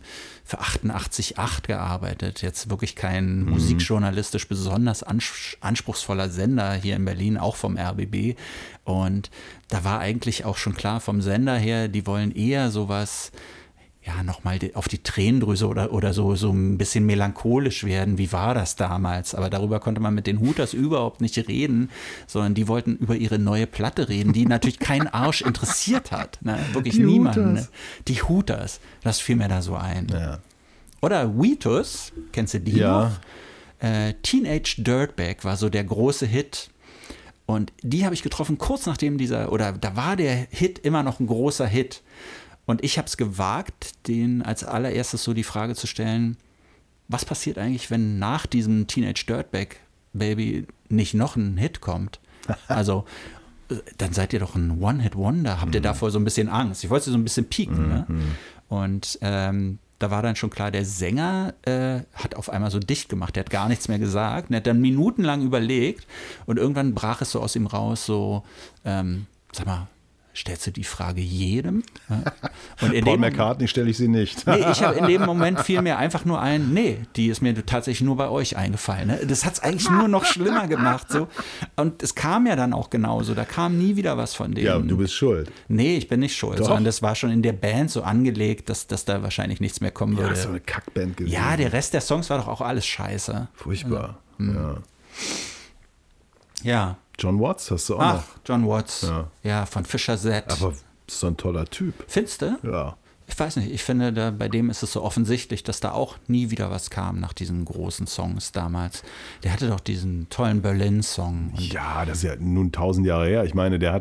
88.8 gearbeitet. Jetzt wirklich kein musikjournalistisch besonders anspruchsvoller Sender hier in Berlin, auch vom RBB. Und da war eigentlich auch schon klar vom Sender her, die wollen eher sowas, ja, nochmal auf die Tränendrüse oder so ein bisschen melancholisch werden. Wie war das damals? Aber darüber konnte man mit den Hooters überhaupt nicht reden, sondern die wollten über ihre neue Platte reden, die natürlich keinen Arsch interessiert hat. Ne? Wirklich niemanden. Ne? Die Hooters, das fiel mir da so ein. Ja. Oder Wheatus, kennst du die noch? Teenage Dirtbag war so der große Hit. Und die habe ich getroffen kurz nachdem da war der Hit immer noch ein großer Hit. Und ich habe es gewagt, denen als allererstes so die Frage zu stellen, was passiert eigentlich, wenn nach diesem Teenage Dirtbag Baby nicht noch ein Hit kommt? Also, dann seid ihr doch ein One-Hit-Wonder. Habt ihr davor so ein bisschen Angst? Ich wollte so ein bisschen pieken. Ne? Und da war dann schon klar, der Sänger hat auf einmal so dicht gemacht. Der hat gar nichts mehr gesagt. Der hat dann minutenlang überlegt und irgendwann brach es so aus ihm raus, so, sag mal, stellst du die Frage jedem? Und Paul McCartney stelle ich sie nicht. Nee, in dem Moment fiel mir einfach nur ein, nee, die ist mir tatsächlich nur bei euch eingefallen. Ne? Das hat es eigentlich nur noch schlimmer gemacht. So. Und es kam ja dann auch genauso, da kam nie wieder was von denen. Ja, du bist schuld. Nee, ich bin nicht schuld, sondern das war schon in der Band so angelegt, dass da wahrscheinlich nichts mehr kommen würde. Ja, so eine Kackband gewesen. Ja, der Rest der Songs war doch auch alles scheiße. Furchtbar, ja. Ja. John Watts hast du auch noch. John Watts. Ja, von Fischer Z. Aber so ein toller Typ. Findest du? Ja. Ich weiß nicht, ich finde, bei dem ist es so offensichtlich, dass da auch nie wieder was kam nach diesen großen Songs damals. Der hatte doch diesen tollen Berlin-Song. Ja, das ist ja nun 1000 Jahre her. Ich meine, der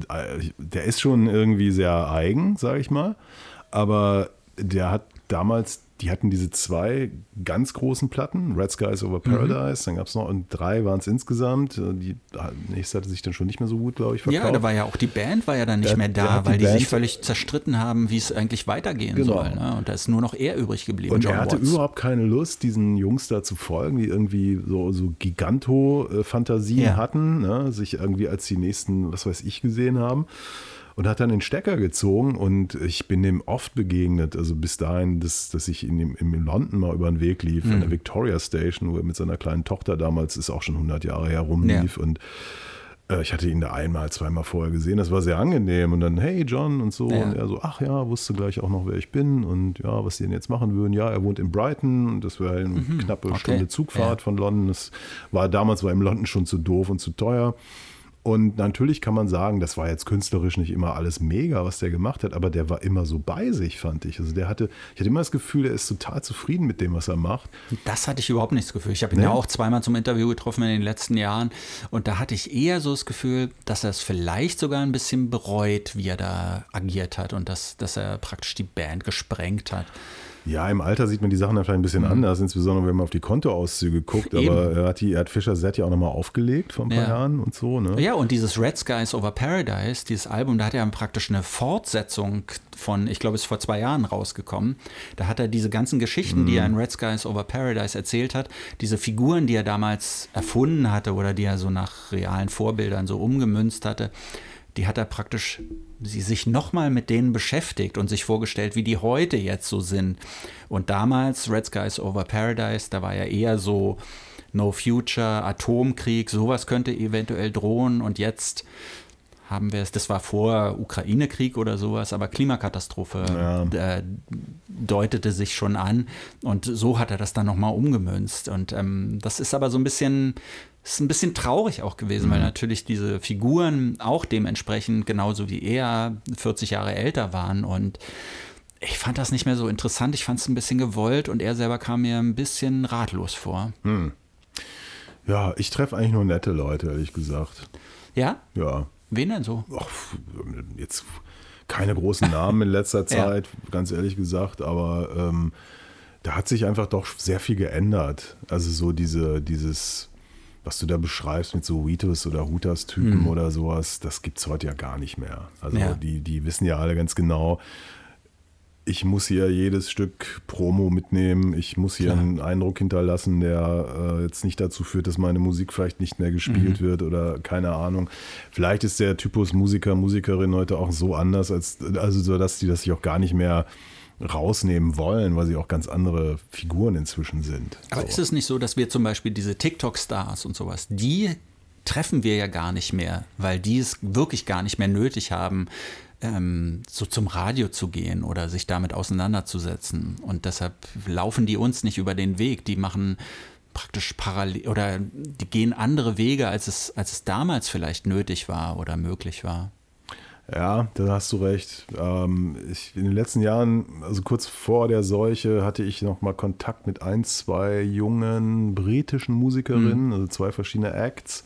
ist schon irgendwie sehr eigen, sage ich mal. Aber der hat damals, die hatten diese 2 ganz großen Platten, Red Skies Over Paradise, dann gab es noch, und 3 waren es insgesamt. Die nächste hatte sich dann schon nicht mehr so gut, glaube ich, verkauft. Ja, da war ja auch die Band war ja dann nicht mehr da, weil die sich völlig zerstritten haben, wie es eigentlich weitergehen soll. Ne? Und da ist nur noch er übrig geblieben. Und er hatte überhaupt keine Lust, diesen Jungs da zu folgen, die irgendwie so Giganto-Fantasien hatten, ne? Sich irgendwie als die nächsten, was weiß ich, gesehen haben. Und hat dann den Stecker gezogen und ich bin dem oft begegnet, also bis dahin, dass ich in London mal über den Weg lief, in der Victoria Station, wo er mit seiner kleinen Tochter damals, ist auch schon 100 Jahre her, rumlief und ich hatte ihn da einmal, zweimal vorher gesehen, das war sehr angenehm und dann, hey John und so, und er so, ach ja, wusste gleich auch noch, wer ich bin und ja, was die denn jetzt machen würden, ja, er wohnt in Brighton und das wäre eine knappe Stunde Zugfahrt von London, das war damals in London schon zu doof und zu teuer. Und natürlich kann man sagen, das war jetzt künstlerisch nicht immer alles mega, was der gemacht hat, aber der war immer so bei sich, fand ich. Also ich hatte immer das Gefühl, er ist total zufrieden mit dem, was er macht. Das hatte ich überhaupt nicht das Gefühl. Ich habe ihn ja auch zweimal zum Interview getroffen in den letzten Jahren und da hatte ich eher so das Gefühl, dass er es vielleicht sogar ein bisschen bereut, wie er da agiert hat und dass er praktisch die Band gesprengt hat. Ja, im Alter sieht man die Sachen dann vielleicht ein bisschen anders, insbesondere wenn man auf die Kontoauszüge guckt. Aber er hat Fischer Z ja auch nochmal aufgelegt vor ein paar Jahren und so. Ne? Ja, und dieses Red Skies Over Paradise, dieses Album, da hat er praktisch eine Fortsetzung von, ich glaube, es ist vor 2 Jahren rausgekommen. Da hat er diese ganzen Geschichten, die er in Red Skies Over Paradise erzählt hat, diese Figuren, die er damals erfunden hatte oder die er so nach realen Vorbildern so umgemünzt hatte, die hat er praktisch sich nochmal mit denen beschäftigt und sich vorgestellt, wie die heute jetzt so sind. Und damals, Red Skies Over Paradise, da war ja eher so No Future, Atomkrieg, sowas könnte eventuell drohen. Und jetzt haben wir es, das war vor Ukraine-Krieg oder sowas, aber Klimakatastrophe deutete sich schon an. Und so hat er das dann nochmal umgemünzt. Und das ist aber so ein bisschen traurig auch gewesen, weil natürlich diese Figuren auch dementsprechend genauso wie er 40 Jahre älter waren und ich fand das nicht mehr so interessant, ich fand es ein bisschen gewollt und er selber kam mir ein bisschen ratlos vor. Ja, ich treffe eigentlich nur nette Leute, ehrlich gesagt. Ja? Ja. Wen denn so? Jetzt keine großen Namen in letzter Zeit, ganz ehrlich gesagt, aber da hat sich einfach doch sehr viel geändert. Also so dieses was du da beschreibst mit so Wheatus oder Hooters-Typen oder sowas, das gibt es heute ja gar nicht mehr. Also die wissen ja alle ganz genau, ich muss hier jedes Stück Promo mitnehmen, ich muss hier einen Eindruck hinterlassen, der jetzt nicht dazu führt, dass meine Musik vielleicht nicht mehr gespielt wird oder keine Ahnung. Vielleicht ist der Typus Musiker, Musikerin heute auch so anders, so dass die das sich auch gar nicht mehr rausnehmen wollen, weil sie auch ganz andere Figuren inzwischen sind. Aber ist es nicht so, dass wir zum Beispiel diese TikTok-Stars und sowas, die treffen wir ja gar nicht mehr, weil die es wirklich gar nicht mehr nötig haben, so zum Radio zu gehen oder sich damit auseinanderzusetzen. Und deshalb laufen die uns nicht über den Weg. Die machen praktisch parallel oder die gehen andere Wege, als es damals vielleicht nötig war oder möglich war. Ja, da hast du recht. In den letzten Jahren, also kurz vor der Seuche, hatte ich noch mal Kontakt mit 2 jungen britischen Musikerinnen, also 2 verschiedene Acts.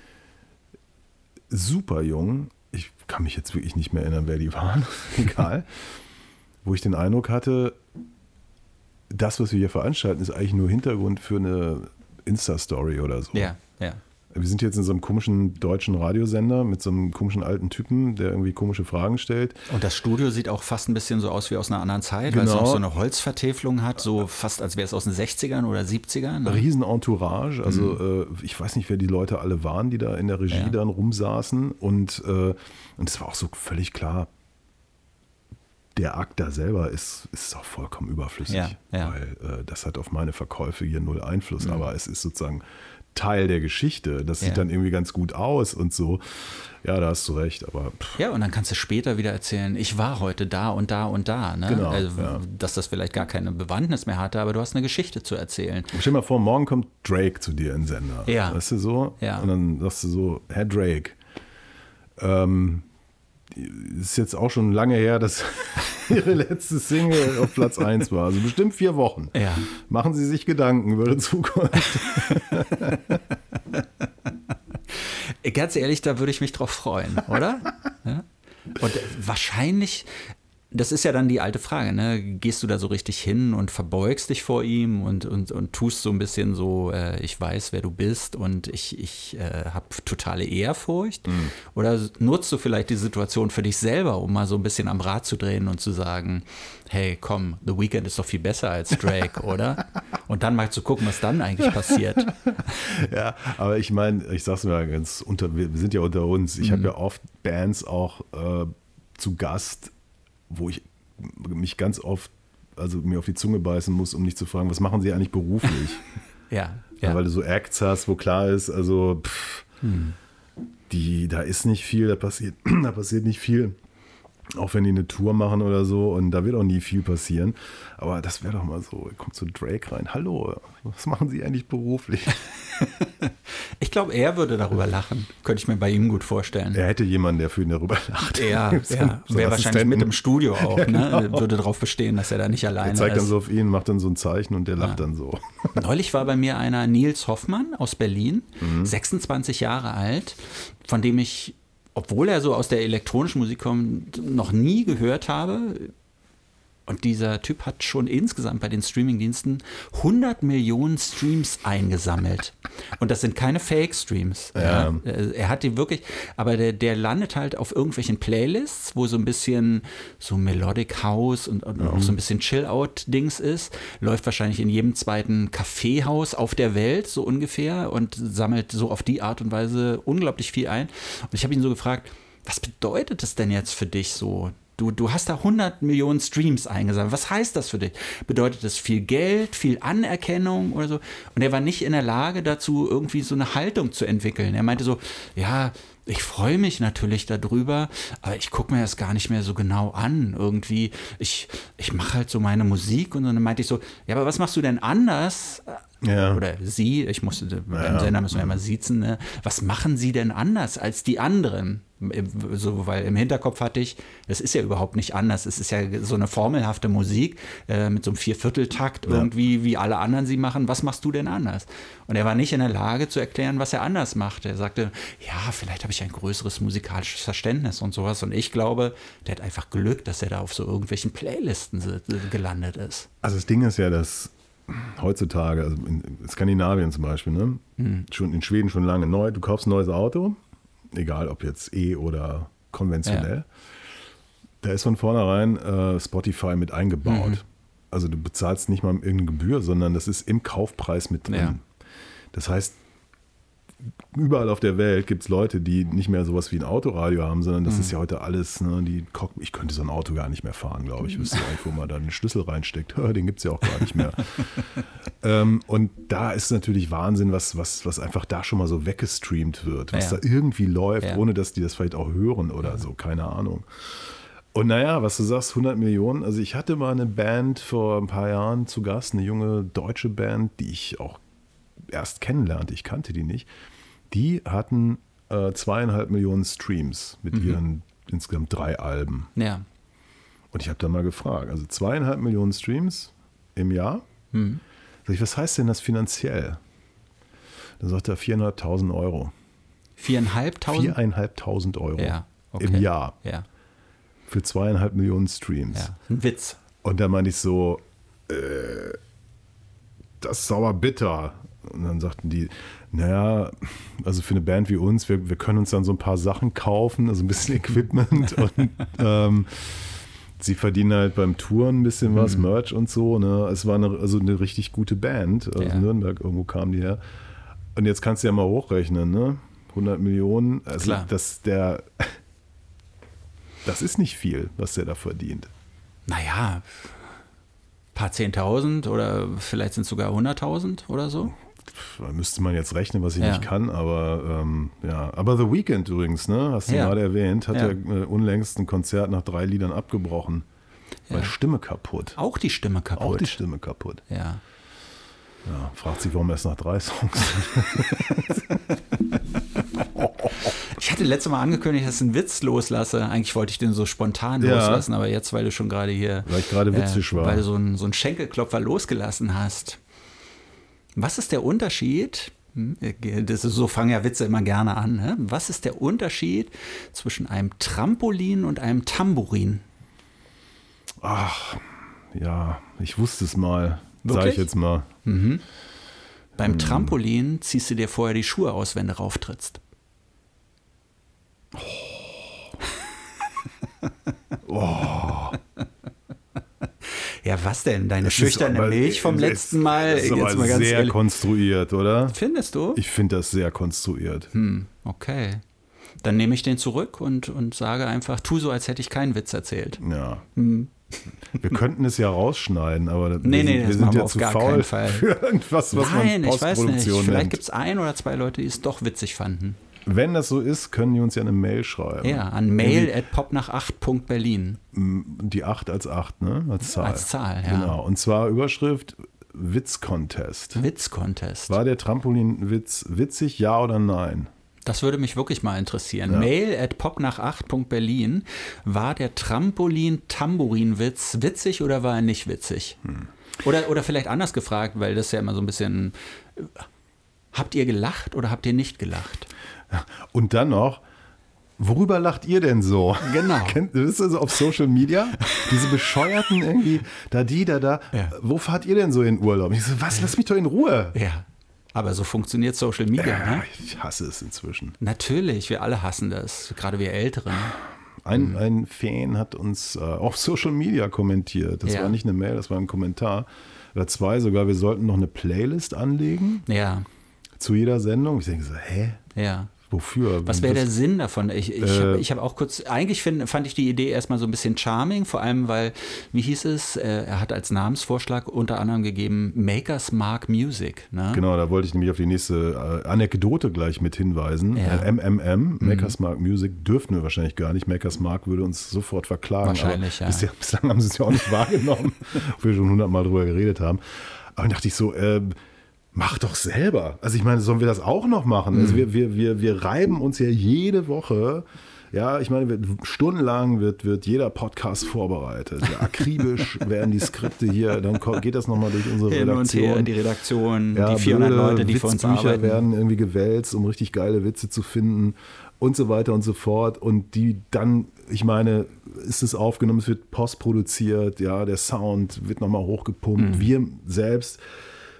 Super jung. Ich kann mich jetzt wirklich nicht mehr erinnern, wer die waren. Egal. Wo ich den Eindruck hatte, das, was wir hier veranstalten, ist eigentlich nur Hintergrund für eine Insta-Story oder so. Ja, ja. Wir sind jetzt in so einem komischen deutschen Radiosender mit so einem komischen alten Typen, der irgendwie komische Fragen stellt. Und das Studio sieht auch fast ein bisschen so aus wie aus einer anderen Zeit, weil es auch so eine Holzvertäfelung hat, so fast als wäre es aus den 60ern oder 70ern. Ne? Riesenentourage, also ich weiß nicht, wer die Leute alle waren, die da in der Regie dann rumsaßen und es war auch so völlig klar, der Akt da selber ist auch vollkommen überflüssig, weil das hat auf meine Verkäufe hier 0 Einfluss, aber es ist sozusagen Teil der Geschichte. Das sieht dann irgendwie ganz gut aus und so. Ja, da hast du recht. Aber ja, und dann kannst du später wieder erzählen, ich war heute da und da und da. Ne? Genau, also, dass das vielleicht gar keine Bewandtnis mehr hatte, aber du hast eine Geschichte zu erzählen. Stell dir mal vor, morgen kommt Drake zu dir in den Sender. Ja. Weißt du so? Ja. Und dann sagst du so, Herr Drake, ist jetzt auch schon lange her, dass Ihre letzte Single auf Platz 1 war. Also bestimmt 4 Wochen. Ja. Machen Sie sich Gedanken über die Zukunft. Ganz ehrlich, da würde ich mich drauf freuen, oder? Ja? Und wahrscheinlich, das ist ja dann die alte Frage, ne? Gehst du da so richtig hin und verbeugst dich vor ihm und tust so ein bisschen so, ich weiß, wer du bist und ich habe totale Ehrfurcht? Oder nutzt du vielleicht die Situation für dich selber, um mal so ein bisschen am Rad zu drehen und zu sagen, hey, komm, The Weeknd ist doch viel besser als Drake, oder? Und dann mal zu gucken, was dann eigentlich passiert. Ja, aber ich meine, ich sag's mal ganz wir sind ja unter uns. Ich habe ja oft Bands auch zu Gast, wo ich mich ganz oft, also mir auf die Zunge beißen muss, um nicht zu fragen, was machen Sie eigentlich beruflich? Ja. Weil du so Acts hast, wo klar ist, also da ist nicht viel, da passiert nicht viel. Auch wenn die eine Tour machen oder so und da wird auch nie viel passieren. Aber das wäre doch mal so, kommt so Drake rein. Hallo, was machen Sie eigentlich beruflich? Ich glaube, er würde darüber lachen. Könnte ich mir bei ihm gut vorstellen. Er hätte jemanden, der für ihn darüber lacht. Ja, wäre wahrscheinlich mit im Studio auch. Ja, genau. Ne? Würde darauf bestehen, dass er da nicht alleine ist. Er zeigt dann so auf ihn, macht dann so ein Zeichen und der lacht dann so. Neulich war bei mir einer Nils Hoffmann aus Berlin, 26 Jahre alt, von dem ich, obwohl er so aus der elektronischen Musik kommt, noch nie gehört habe. Und dieser Typ hat schon insgesamt bei den Streamingdiensten 100 Millionen Streams eingesammelt. Und das sind keine Fake-Streams. Ja. Er hat die wirklich, aber der landet halt auf irgendwelchen Playlists, wo so ein bisschen so Melodic House und auch so ein bisschen Chill-Out-Dings ist. Läuft wahrscheinlich in jedem zweiten Kaffeehaus auf der Welt, so ungefähr, und sammelt so auf die Art und Weise unglaublich viel ein. Und ich habe ihn so gefragt, was bedeutet das denn jetzt für dich so? Du hast da 100 Millionen Streams eingesammelt. Was heißt das für dich? Bedeutet das viel Geld, viel Anerkennung oder so? Und er war nicht in der Lage dazu, irgendwie so eine Haltung zu entwickeln. Er meinte so, ja, ich freue mich natürlich darüber, aber ich gucke mir das gar nicht mehr so genau an. Irgendwie, ich mache halt so meine Musik und dann meinte ich so, ja, aber was machst du denn anders? Ja. Oder sie, beim Sender müssen wir ja immer siezen, ne? Was machen sie denn anders als die anderen? So, weil im Hinterkopf hatte ich, das ist ja überhaupt nicht anders. Es ist ja so eine formelhafte Musik mit so einem 4/4-Takt irgendwie, wie alle anderen sie machen. Was machst du denn anders? Und er war nicht in der Lage zu erklären, was er anders macht. Er sagte, ja, vielleicht habe ich ein größeres musikalisches Verständnis und sowas. Und ich glaube, der hat einfach Glück, dass er da auf so irgendwelchen Playlisten gelandet ist. Also das Ding ist ja, dass heutzutage, also in Skandinavien zum Beispiel, ne? Schon in Schweden schon lange du kaufst ein neues Auto, egal ob jetzt oder konventionell, Da ist von vornherein Spotify mit eingebaut. Also du bezahlst nicht mal irgendeine Gebühr, sondern das ist im Kaufpreis mit drin. Ja. Das heißt, überall auf der Welt gibt es Leute, die nicht mehr sowas wie ein Autoradio haben, sondern das ist ja heute alles, ne, ich könnte so ein Auto gar nicht mehr fahren, glaube ich. Ich wüsste eigentlich, wo man da den Schlüssel reinsteckt. Den gibt es ja auch gar nicht mehr. Und da ist natürlich Wahnsinn, was einfach da schon mal so weggestreamt wird, was da irgendwie läuft, ohne dass die das vielleicht auch hören oder so, keine Ahnung. Und naja, was du sagst, 100 Millionen. Also ich hatte mal eine Band vor ein paar Jahren zu Gast, eine junge deutsche Band, die ich auch erst kennenlernte, ich kannte die nicht. Die hatten 2,5 Millionen Streams mit ihren insgesamt 3 Alben. Ja. Und ich habe da mal gefragt, also 2,5 Millionen Streams im Jahr? Sag ich, was heißt denn das finanziell? Dann sagt er 4.500 Euro. 4.500? 4.500 Euro okay. im Jahr. Ja. Für 2,5 Millionen Streams. Ja, ein Witz. Und da meinte ich so, das ist sauer bitter. Und dann sagten die, naja, also für eine Band wie uns, wir können uns dann so ein paar Sachen kaufen, also ein bisschen Equipment und sie verdienen halt beim Touren ein bisschen was, Merch und so. Ne? Es war eine richtig gute Band, aus Nürnberg irgendwo kamen die her. Und jetzt kannst du ja mal hochrechnen, ne? 100 Millionen, also das ist nicht viel, was der da verdient. Naja, ein paar 10.000 oder vielleicht sind es sogar 100.000 oder so. Da müsste man jetzt rechnen, was ich nicht kann, aber Aber The Weeknd übrigens, ne, hast du gerade erwähnt, hat ja unlängst ein Konzert nach 3 Liedern abgebrochen. Weil Stimme kaputt. Auch die Stimme kaputt. Auch die Stimme kaputt. Ja. Ja, fragt sich, warum erst nach 3 Songs. Ich hatte letztes Mal angekündigt, dass ich einen Witz loslasse. Eigentlich wollte ich den so spontan loslassen, aber jetzt, weil du schon gerade hier... Weil ich gerade witzig war. Weil du so einen Schenkelklopfer losgelassen hast. Was ist der Unterschied? So fangen ja Witze immer gerne an. Ne? Was ist der Unterschied zwischen einem Trampolin und einem Tambourin? Ach, ja, ich wusste es mal. Wirklich? Sag ich jetzt mal. Beim Trampolin ziehst du dir vorher die Schuhe aus, wenn du rauftrittst. Ja, was denn? Deine schüchterne Milch vom letzten Mal? Das ist aber jetzt mal ganz sehr ehrlich. Konstruiert, oder? Findest du? Ich finde das sehr konstruiert. Okay. Dann nehme ich den zurück und sage einfach, tu so, als hätte ich keinen Witz erzählt. Ja. Wir könnten es ja rausschneiden, aber wir sind machen wir ja auf zu gar faul keinen Fall. für irgendwas, was Nein, man ich weiß nicht. Postproduktion Vielleicht nennt. gibt es 1 oder 2 Leute, die es doch witzig fanden. Wenn das so ist, können die uns ja eine Mail schreiben. Ja, an mail@popnach8.berlin. Die 8 als 8, ne? Als Zahl. Als Zahl, ja. Genau. Und zwar Überschrift Witz-Contest. Witz-Contest. War der Trampolinwitz witzig, ja oder nein? Das würde mich wirklich mal interessieren. Ja. mail@popnach8.berlin. War der Trampolin-Tambourin-Witz witzig oder war er nicht witzig? Oder vielleicht anders gefragt, weil das ja immer so ein bisschen... Habt ihr gelacht oder habt ihr nicht gelacht? Und dann noch, worüber lacht ihr denn so? Genau. Wisst ihr so auf Social Media? Diese bescheuerten irgendwie, da. Ja. Wo fahrt ihr denn so in Urlaub? Ich so, was, lass mich doch in Ruhe. Ja, aber so funktioniert Social Media, ne? Ich hasse es inzwischen. Natürlich, wir alle hassen das, gerade wir Älteren. Ein Fan hat uns auf Social Media kommentiert. Das war nicht eine Mail, das war ein Kommentar. Oder 2 sogar, wir sollten noch eine Playlist anlegen. Ja. Zu jeder Sendung. Ich denke so, hä? Ja. Wofür? Was wäre der Sinn davon? Ich habe auch kurz, eigentlich fand ich die Idee erstmal so ein bisschen charming, vor allem weil, wie hieß es, er hat als Namensvorschlag unter anderem gegeben, Makers Mark Music. Ne? Genau, da wollte ich nämlich auf die nächste Anekdote gleich mit hinweisen. Ja. Makers Mark Music dürften wir wahrscheinlich gar nicht. Makers Mark würde uns sofort verklagen. Wahrscheinlich, aber bislang haben sie es ja auch nicht wahrgenommen, obwohl wir schon 100-mal drüber geredet haben. Aber dann dachte ich so, mach doch selber. Also ich meine, sollen wir das auch noch machen? Also wir reiben uns ja jede Woche, ja, ich meine, stundenlang wird jeder Podcast vorbereitet. Ja, akribisch werden die Skripte hier, dann geht das nochmal durch unsere Redaktion. Hin und her, die Redaktion, ja, die 400 Leute, die für uns Witzbücher arbeiten. werden irgendwie gewälzt, um richtig geile Witze zu finden und so weiter und so fort. Und die dann, ich meine, ist es aufgenommen, es wird postproduziert, ja, der Sound wird nochmal hochgepumpt. Wir selbst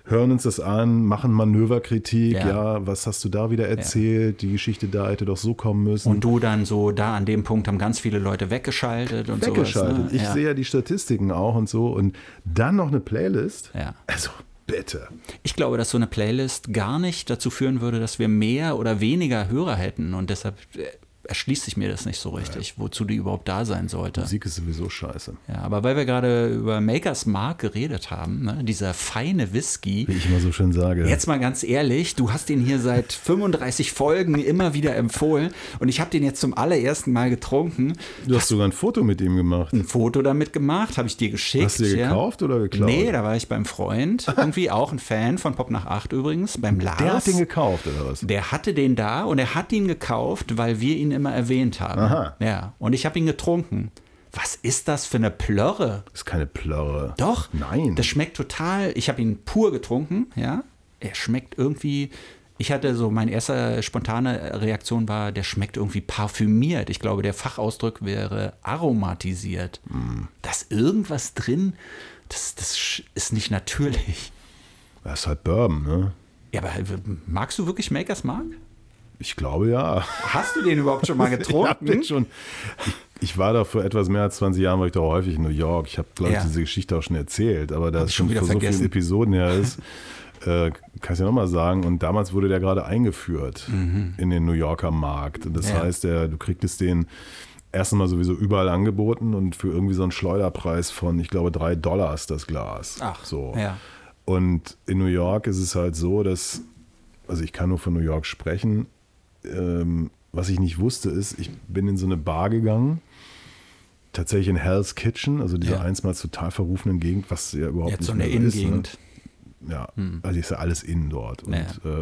hören uns das an, machen Manöverkritik, ja, was hast du da wieder erzählt, die Geschichte da hätte doch so kommen müssen. Und du dann so, da an dem Punkt haben ganz viele Leute weggeschaltet und sowas. Ne? Ich sehe ja die Statistiken auch und so und dann noch eine Playlist, also bitte. Ich glaube, dass so eine Playlist gar nicht dazu führen würde, dass wir mehr oder weniger Hörer hätten und deshalb erschließt sich mir das nicht so richtig, wozu die überhaupt da sein sollte. Musik ist sowieso scheiße. Ja, aber weil wir gerade über Maker's Mark geredet haben, ne, dieser feine Whisky. Wie ich immer so schön sage. Jetzt mal ganz ehrlich, du hast den hier seit 35 Folgen immer wieder empfohlen und ich habe den jetzt zum allerersten Mal getrunken. Du hast sogar ein Foto mit ihm gemacht. Ein Foto damit gemacht, habe ich dir geschickt. Hast du dir gekauft oder geklaut? Nee, da war ich beim Freund, irgendwie auch ein Fan von Pop nach 8 übrigens, beim Lars. Der hat den gekauft oder was? Der hatte den da und er hat ihn gekauft, weil wir ihn immer erwähnt haben. Aha. Ja, und ich habe ihn getrunken. Was ist das für eine Plörre? Das ist keine Plörre. Doch. Nein. Das schmeckt total, ich habe ihn pur getrunken, ja. Er schmeckt irgendwie, ich hatte so, meine erste spontane Reaktion war, der schmeckt irgendwie parfümiert. Ich glaube, der Fachausdruck wäre aromatisiert. Da ist irgendwas drin, das ist nicht natürlich. Das ist halt Bourbon, ne? Ja, aber magst du wirklich Maker's Mark? Ich glaube ja. Hast du den überhaupt schon mal getrunken? Ich war da vor etwas mehr als 20 Jahren, war ich da häufig in New York. Ich habe, glaube ich, diese Geschichte auch schon erzählt, aber da es schon vor so vielen Episoden her ist, kann ich ja nochmal sagen. Und damals wurde der gerade eingeführt in den New Yorker Markt. Und das heißt, du kriegtest den erst einmal sowieso überall angeboten und für irgendwie so einen Schleuderpreis von, ich glaube, $3 das Glas. Ach, so. Ja. Und in New York ist es halt so, dass, also ich kann nur von New York sprechen, was ich nicht wusste ist, ich bin in so eine Bar gegangen, tatsächlich in Hell's Kitchen, also diese einstmals total verrufenen Gegend, was ja überhaupt jetzt nicht so eine Innengegend. Ne? Ja, also ist ja alles innen dort. Und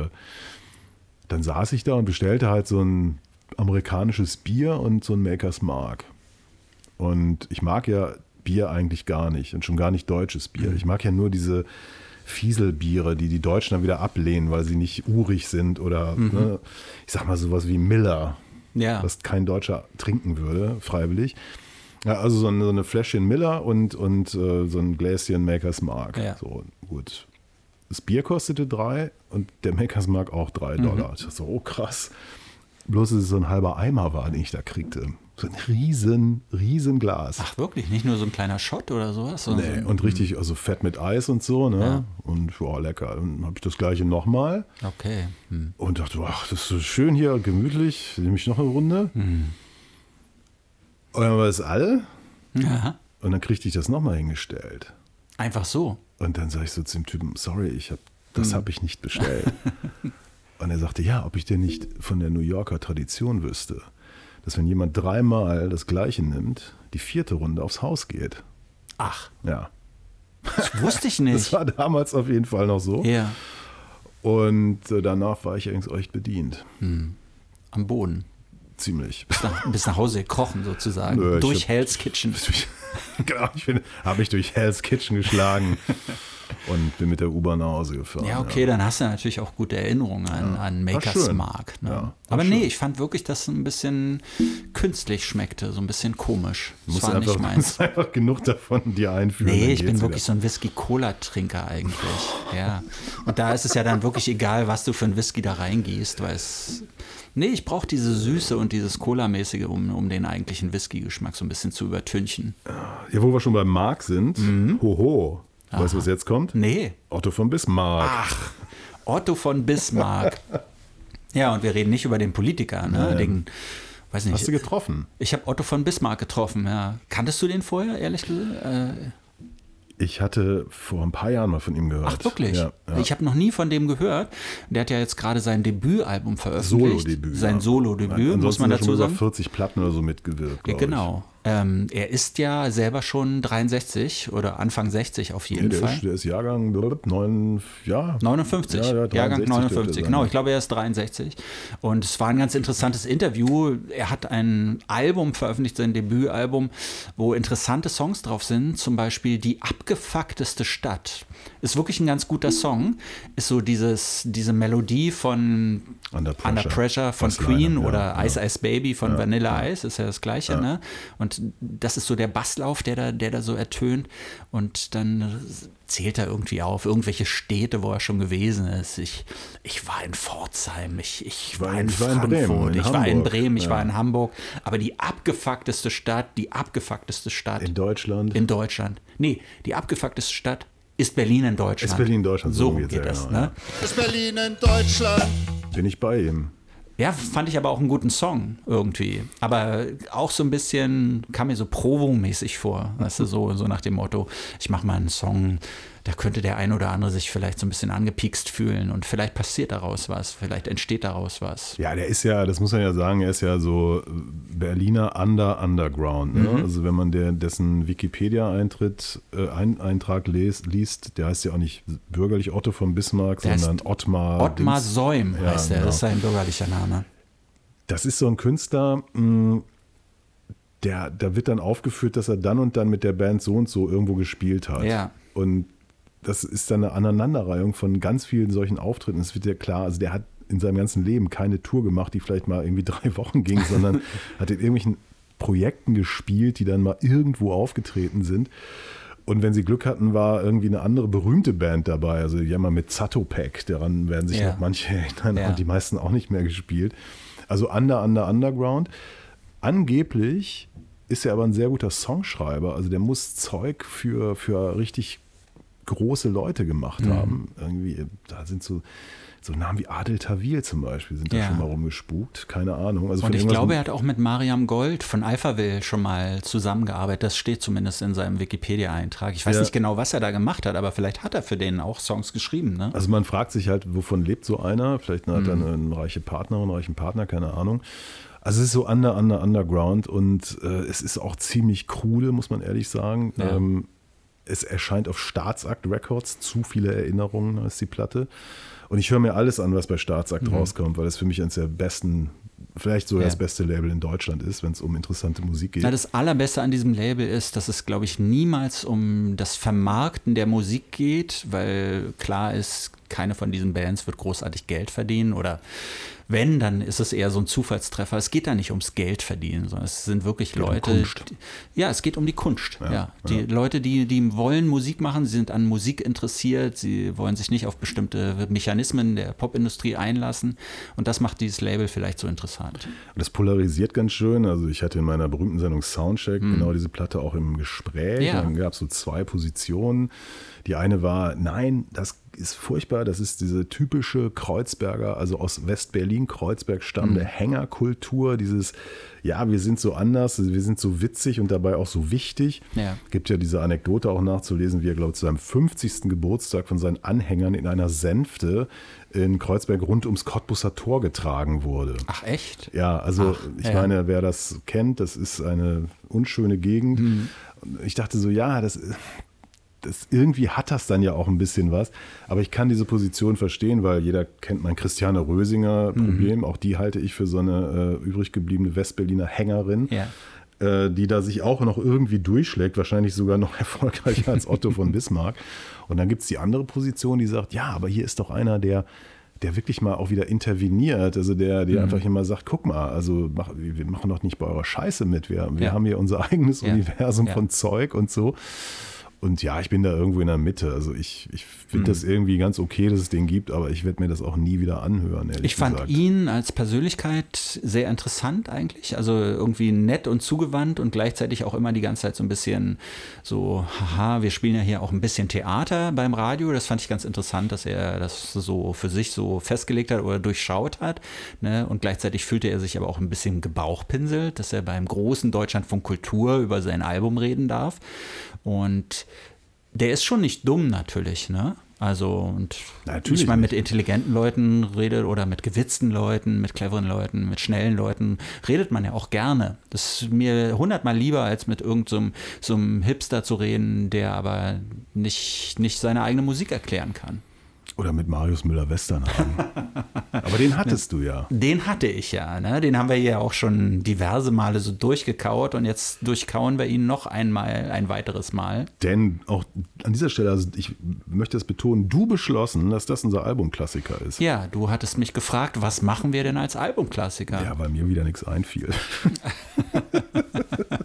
dann saß ich da und bestellte halt so ein amerikanisches Bier und so ein Maker's Mark. Und ich mag ja Bier eigentlich gar nicht und schon gar nicht deutsches Bier. Ich mag ja nur diese Fieselbiere, die Deutschen dann wieder ablehnen, weil sie nicht urig sind oder ne, ich sag mal sowas wie Miller, was kein Deutscher trinken würde, freiwillig. Ja, also so eine Fläschchen Miller und so ein Gläschen Maker's Mark. Ja. So, gut. Das Bier kostete 3 und der Maker's Mark auch $3. Ich dachte so, oh krass. Bloß, dass es so ein halber Eimer war, den ich da kriegte. So ein riesen Glas. Ach wirklich? Nicht nur so ein kleiner Shot oder sowas? Nee, und richtig, also Fett mit Eis und so, ne? Ja. Und lecker. Dann habe ich das gleiche nochmal. Okay. Und dachte, ach, das ist so schön hier, gemütlich. Nehme ich noch eine Runde. Und dann war das alle. Ja. Und dann kriegte ich das nochmal hingestellt. Einfach so? Und dann sage ich so zu dem Typen, sorry, das habe ich nicht bestellt. Und er sagte, ja, ob ich denn nicht von der New Yorker Tradition wüsste, dass wenn jemand 3-mal das Gleiche nimmt, die 4. Runde aufs Haus geht. Ach. Ja. Das wusste ich nicht. Das war damals auf jeden Fall noch so. Ja. Und danach war ich eigentlich echt bedient. Am Boden. Ziemlich. Bis nach Hause kochen sozusagen. Nö, durch Hell's Kitchen. Genau, habe mich durch Hell's Kitchen geschlagen und bin mit der U-Bahn nach Hause gefahren. Ja, okay, dann hast du natürlich auch gute Erinnerungen an Maker's Mark. Ne? Ja, aber schön. nee, ich fand wirklich, dass es ein bisschen künstlich schmeckte, so ein bisschen komisch. Das war nicht meins. Du musst einfach genug davon dir einführen. Nee, ich bin wirklich so ein Whisky-Cola-Trinker eigentlich. Ja. Und da ist es ja dann wirklich egal, was du für ein Whisky da reingießt, weil nee, ich brauche diese Süße und dieses Cola-mäßige, um den eigentlichen Whisky-Geschmack so ein bisschen zu übertünchen. Ja, wo wir schon beim Mark sind, hoho. Weißt du, was jetzt kommt? Nee. Otto von Bismarck. Ach, Otto von Bismarck. Ja, und wir reden nicht über den Politiker, ne? Weiß nicht. Hast du getroffen? Ich habe Otto von Bismarck getroffen, ja. Kanntest du den vorher, ehrlich gesagt? Ich hatte vor ein paar Jahren mal von ihm gehört. Ach, wirklich? Ja. Ich habe noch nie von dem gehört. Der hat ja jetzt gerade sein Debütalbum veröffentlicht. Solo-Debüt. Sein Solo-Debüt, muss man dazu sagen. Über 40 Platten oder so mitgewirkt. Ja, genau. Er ist ja selber schon 63 oder Anfang 60 auf jeden Fall. Der ist Jahrgang 59. Ja, Jahrgang 59, genau. Ich glaube, er ist 63. Und es war ein ganz interessantes Interview. Er hat ein Album veröffentlicht, sein Debütalbum, wo interessante Songs drauf sind. Zum Beispiel Die abgefuckteste Stadt. Ist wirklich ein ganz guter Song. Ist so diese Melodie von Under Pressure von Queen oder Ice Ice Baby von Vanilla Ice. Ist ja das Gleiche, ne? Und und das ist so der Basslauf, der da so ertönt und dann zählt er irgendwie auf irgendwelche Städte, wo er schon gewesen ist. Ich war in Pforzheim, ich war in Frankfurt, ich war in Bremen, ich war in Hamburg, aber die abgefuckteste Stadt in Deutschland. Nee, die abgefuckteste Stadt ist Berlin in Deutschland. Ist Berlin in Deutschland, so geht das, genau, ne? Ist Berlin in Deutschland. Bin ich bei ihm. Ja, fand ich aber auch einen guten Song irgendwie. Aber auch so ein bisschen, kam mir so Provo-mäßig vor. Weißt du, so nach dem Motto, ich mache mal einen Song, da könnte der ein oder andere sich vielleicht so ein bisschen angepiekst fühlen und vielleicht passiert daraus was, vielleicht entsteht daraus was. Ja, der ist ja, das muss man ja sagen, er ist ja so Berliner Underground. Ne? Also wenn man dessen Wikipedia-Eintrag liest, der heißt ja auch nicht bürgerlich Otto von Bismarck, sondern Ottmar. Ottmar Säum heißt der, das ist sein bürgerlicher Name. Das ist so ein Künstler, da wird dann aufgeführt, dass er dann und dann mit der Band so und so irgendwo gespielt hat. Ja. Und das ist dann eine Aneinanderreihung von ganz vielen solchen Auftritten. Es wird ja klar, also der hat in seinem ganzen Leben keine Tour gemacht, die vielleicht mal irgendwie 3 Wochen ging, sondern hat in irgendwelchen Projekten gespielt, die dann mal irgendwo aufgetreten sind. Und wenn sie Glück hatten, war irgendwie eine andere berühmte Band dabei. Also die haben mal mit Zatopek, daran werden sich noch manche erinnern, und die meisten auch nicht mehr gespielt. Also Underground. Angeblich ist er aber ein sehr guter Songschreiber. Also der muss Zeug für richtig große Leute gemacht haben. Irgendwie, da sind so Namen wie Adel Tawil zum Beispiel sind da schon mal rumgespukt. Keine Ahnung. Also und ich glaube, er hat auch mit Mariam Gold von Alphaville schon mal zusammengearbeitet. Das steht zumindest in seinem Wikipedia-Eintrag. Ich weiß nicht genau, was er da gemacht hat, aber vielleicht hat er für den auch Songs geschrieben. Ne? Also man fragt sich halt, wovon lebt so einer? Vielleicht hat er eine reiche Partnerin, einen reichen Partner, keine Ahnung. Also es ist so underground und es ist auch ziemlich krude, muss man ehrlich sagen. Ja. Es erscheint auf Staatsakt Records, zu viele Erinnerungen ist die Platte. Und ich höre mir alles an, was bei Staatsakt rauskommt, weil das für mich eines der besten, vielleicht sogar das beste Label in Deutschland ist, wenn es um interessante Musik geht. Na, das Allerbeste an diesem Label ist, dass es, glaube ich, niemals um das Vermarkten der Musik geht, weil klar ist, keine von diesen Bands wird großartig Geld verdienen oder wenn, dann ist es eher so ein Zufallstreffer. Es geht da nicht ums Geld verdienen, sondern es sind wirklich Leute. Es geht um die Kunst. Die Leute, die wollen Musik machen, sie sind an Musik interessiert, sie wollen sich nicht auf bestimmte Mechanismen der Popindustrie einlassen. Und das macht dieses Label vielleicht so interessant. Und das polarisiert ganz schön. Also ich hatte in meiner berühmten Sendung Soundcheck genau diese Platte auch im Gespräch. Ja. Dann gab es so 2 Positionen. Die eine war, nein, das ist furchtbar, das ist diese typische Kreuzberger, also aus West-Berlin, Kreuzberg stammende Hängerkultur, dieses, wir sind so anders, wir sind so witzig und dabei auch so wichtig. Ja. Gibt ja diese Anekdote auch nachzulesen, wie er, glaube ich, zu seinem 50. Geburtstag von seinen Anhängern in einer Sänfte in Kreuzberg rund ums Cottbusser Tor getragen wurde. Ach echt? Ja, also ich meine, wer das kennt, das ist eine unschöne Gegend. Ich dachte so, irgendwie hat das dann ja auch ein bisschen was. Aber ich kann diese Position verstehen, weil jeder kennt mein Christiane Rösinger Problem. Auch die halte ich für so eine übrig gebliebene Westberliner Hängerin, die da sich auch noch irgendwie durchschlägt, wahrscheinlich sogar noch erfolgreicher als Otto von Bismarck. Und dann gibt es die andere Position, die sagt, aber hier ist doch einer, der wirklich mal auch wieder interveniert, also der einfach hier mal sagt, guck mal, also wir machen doch nicht bei eurer Scheiße mit, wir haben hier unser eigenes Universum von Zeug und so. Und ich bin da irgendwo in der Mitte. Also ich finde das irgendwie ganz okay, dass es den gibt, aber ich werde mir das auch nie wieder anhören, ehrlich gesagt. Ich fand ihn als Persönlichkeit sehr interessant eigentlich. Also irgendwie nett und zugewandt und gleichzeitig auch immer die ganze Zeit so ein bisschen so, wir spielen ja hier auch ein bisschen Theater beim Radio. Das fand ich ganz interessant, dass er das so für sich so festgelegt hat oder durchschaut hat. Ne? Und gleichzeitig fühlte er sich aber auch ein bisschen gebauchpinselt, dass er beim großen Deutschlandfunk Kultur über sein Album reden darf. Und der ist schon nicht dumm natürlich, ne? Also, und natürlich ich meine, mit intelligenten Leuten redet oder mit gewitzten Leuten, mit cleveren Leuten, mit schnellen Leuten redet man ja auch gerne. Das ist mir 100-mal lieber, als mit irgendeinem so einem Hipster zu reden, der aber nicht seine eigene Musik erklären kann. Oder mit Marius Müller-Westernhagen. Aber den hattest du ja. Den hatte ich ja. Ne? Den haben wir ja auch schon diverse Male so durchgekaut und jetzt durchkauen wir ihn noch ein weiteres Mal. Denn auch an dieser Stelle, also ich möchte es betonen, du beschlossen, dass das unser Albumklassiker ist. Ja, du hattest mich gefragt, was machen wir denn als Albumklassiker? Ja, weil mir wieder nichts einfiel.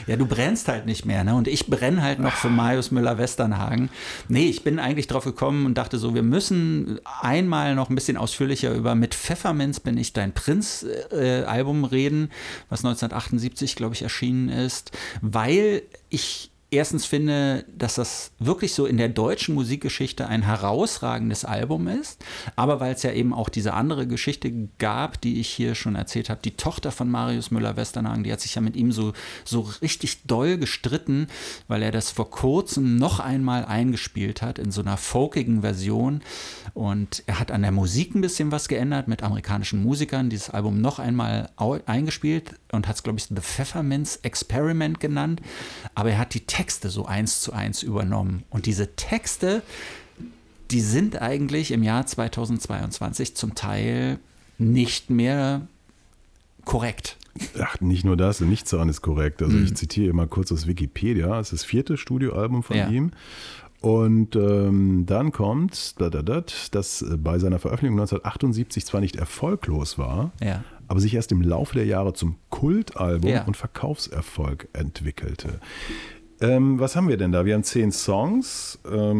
Ja, du brennst halt nicht mehr, ne? Und ich brenne halt noch für Marius Müller-Westernhagen. Nee, ich bin eigentlich drauf gekommen und dachte so, wir müssen einmal noch ein bisschen ausführlicher über Mit Pfefferminz bin ich dein Prinz-Album reden, was 1978, glaube ich, erschienen ist, weil ich erstens finde, dass das wirklich so in der deutschen Musikgeschichte ein herausragendes Album ist, aber weil es ja eben auch diese andere Geschichte gab, die ich hier schon erzählt habe, die Tochter von Marius Müller-Westernhagen, die hat sich ja mit ihm so richtig doll gestritten, weil er das vor kurzem noch einmal eingespielt hat in so einer folkigen Version und er hat an der Musik ein bisschen was geändert mit amerikanischen Musikern, dieses Album noch einmal eingespielt und hat es, glaube ich, The Pfefferminz Experiment genannt, aber er hat die Texte so 1:1 übernommen. Und diese Texte, die sind eigentlich im Jahr 2022 zum Teil nicht mehr korrekt. Ach, nicht nur das, nichts daran ist korrekt. Also ich zitiere mal kurz aus Wikipedia. Es ist das 4. Studioalbum von ihm. Und dann kommt, dass bei seiner Veröffentlichung 1978 zwar nicht erfolglos war, aber sich erst im Laufe der Jahre zum Kultalbum und Verkaufserfolg entwickelte. Was haben wir denn da? Wir haben 10 Songs.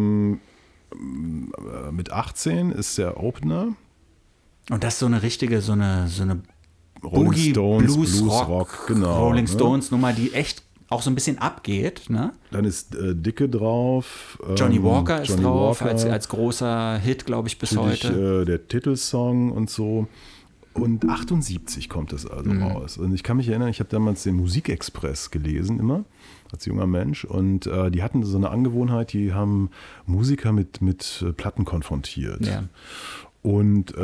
Mit 18 ist der Opener. Und das ist so eine richtige, so eine Rolling Boogie, Stones, Blues, Rock, genau. Rolling Stones Nummer, die echt auch so ein bisschen abgeht. Ne? Dann ist Dicke drauf. Johnny Walker ist drauf, als großer Hit, glaube ich, bis heute. Der Titelsong und so. Und 78 kommt das also raus. Und ich kann mich erinnern, ich habe damals den Musikexpress gelesen, immer, als junger Mensch. Und die hatten so eine Angewohnheit, die haben Musiker mit Platten konfrontiert. Ja. Und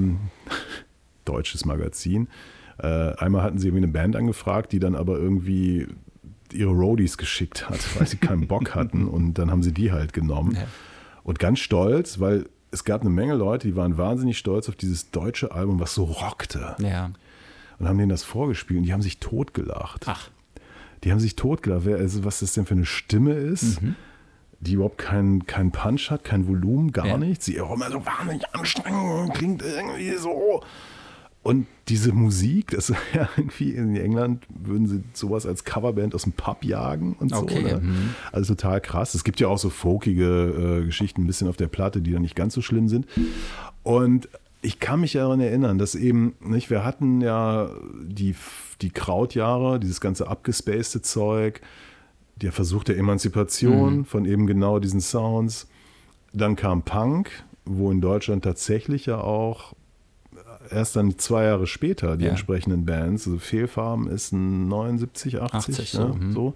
deutsches Magazin. Einmal hatten sie irgendwie eine Band angefragt, die dann aber irgendwie ihre Roadies geschickt hat, weil sie keinen Bock hatten. Und dann haben sie die halt genommen. Ja. Und ganz stolz, weil es gab eine Menge Leute, die waren wahnsinnig stolz auf dieses deutsche Album, was so rockte. Ja. Und haben denen das vorgespielt und die haben sich totgelacht. Ach. Die haben sich totgelacht, was das denn für eine Stimme ist, die überhaupt keinen Punch hat, kein Volumen, gar nichts. Sie auch immer so wahnsinnig anstrengend, klingt irgendwie so. Und diese Musik, das ist ja irgendwie in England, würden sie sowas als Coverband aus dem Pub jagen und so. Ne? Also total krass. Es gibt ja auch so folkige Geschichten ein bisschen auf der Platte, die dann nicht ganz so schlimm sind. Und ich kann mich daran erinnern, dass eben, nicht, wir hatten ja die Krautjahre, dieses ganze abgespacede Zeug, der Versuch der Emanzipation von eben genau diesen Sounds. Dann kam Punk, wo in Deutschland tatsächlich ja auch erst dann 2 Jahre später die entsprechenden Bands, also Fehlfarben ist 79, 80 ne? So.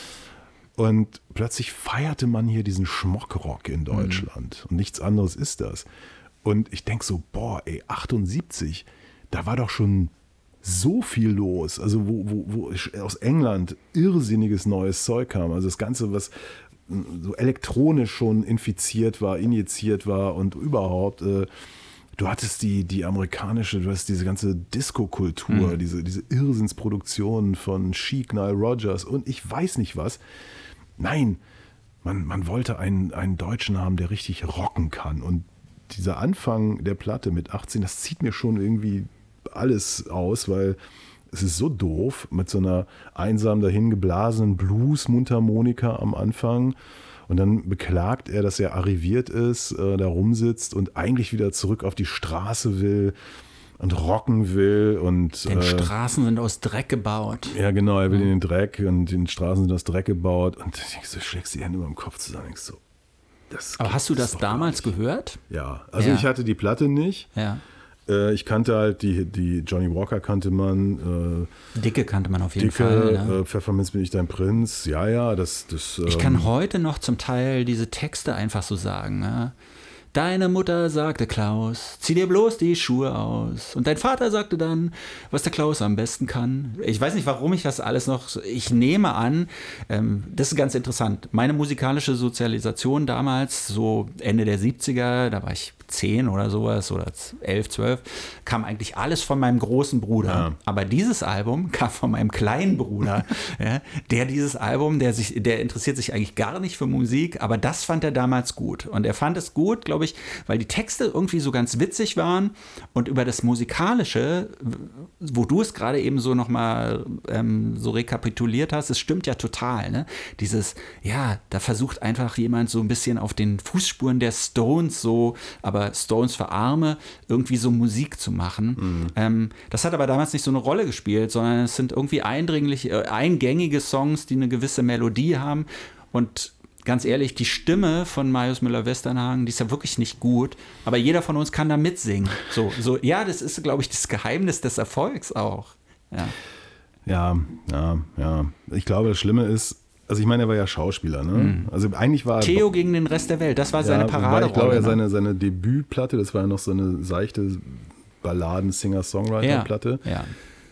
Und plötzlich feierte man hier diesen Schmockrock in Deutschland und nichts anderes ist das. Und ich denke so, 78, da war doch schon so viel los, also wo aus England irrsinniges neues Zeug kam, also das Ganze, was so elektronisch schon injiziert war und überhaupt du hattest die amerikanische, du hast diese ganze Disco-Kultur, diese Irrsinnsproduktionen von Chic, Nile Rodgers und ich weiß nicht was. Nein, man wollte einen Deutschen haben, der richtig rocken kann. Und dieser Anfang der Platte mit 18, das zieht mir schon irgendwie alles aus, weil es ist so doof mit so einer einsam dahingeblasenen Blues-Mundharmonika am Anfang. Und dann beklagt er, dass er arriviert ist, da rumsitzt und eigentlich wieder zurück auf die Straße will und rocken will. Denn Straßen sind aus Dreck gebaut. Ja, genau, er will in den Dreck und die Straßen sind aus Dreck gebaut. Und du schlägst die Hände über dem Kopf zusammen und denkst so, aber hast du das damals gehört? Ja, also ich hatte die Platte nicht. Ja. Ich kannte halt die Johnny Walker kannte man. Dicke kannte man auf jeden Fall. Ne? Pfefferminz bin ich dein Prinz. Ja, das. Ich kann heute noch zum Teil diese Texte einfach so sagen. Ne? Deine Mutter sagte Klaus, zieh dir bloß die Schuhe aus. Und dein Vater sagte dann, was der Klaus am besten kann. Ich weiß nicht, warum ich das alles noch, ich nehme an, das ist ganz interessant. Meine musikalische Sozialisation damals, so Ende der 70er, da war ich 10 oder sowas oder 11, 12, kam eigentlich alles von meinem großen Bruder. Ja. Aber dieses Album kam von meinem kleinen Bruder. Der interessiert sich eigentlich gar nicht für Musik, aber das fand er damals gut. Und er fand es gut, glaube glaube ich, weil die Texte irgendwie so ganz witzig waren und über das Musikalische, wo du es gerade eben so nochmal so rekapituliert hast, es stimmt ja total, ne? Dieses, ja, da versucht einfach jemand so ein bisschen auf den Fußspuren der Stones so, aber Stones für Arme, irgendwie so Musik zu machen. Das hat aber damals nicht so eine Rolle gespielt, sondern es sind irgendwie eingängige Songs, die eine gewisse Melodie haben. Und ganz ehrlich, die Stimme von Marius Müller-Westernhagen, die ist ja wirklich nicht gut, aber jeder von uns kann da mitsingen. So, ja, das ist, glaube ich, das Geheimnis des Erfolgs auch. Ja. Ich glaube, das Schlimme ist, also ich meine, er war ja Schauspieler, ne? Also eigentlich war Theo gegen den Rest der Welt, das war seine Paraderolle. Ich glaube, seine Debütplatte, das war ja noch so eine seichte Balladen-Singer-Songwriter-Platte. Ja.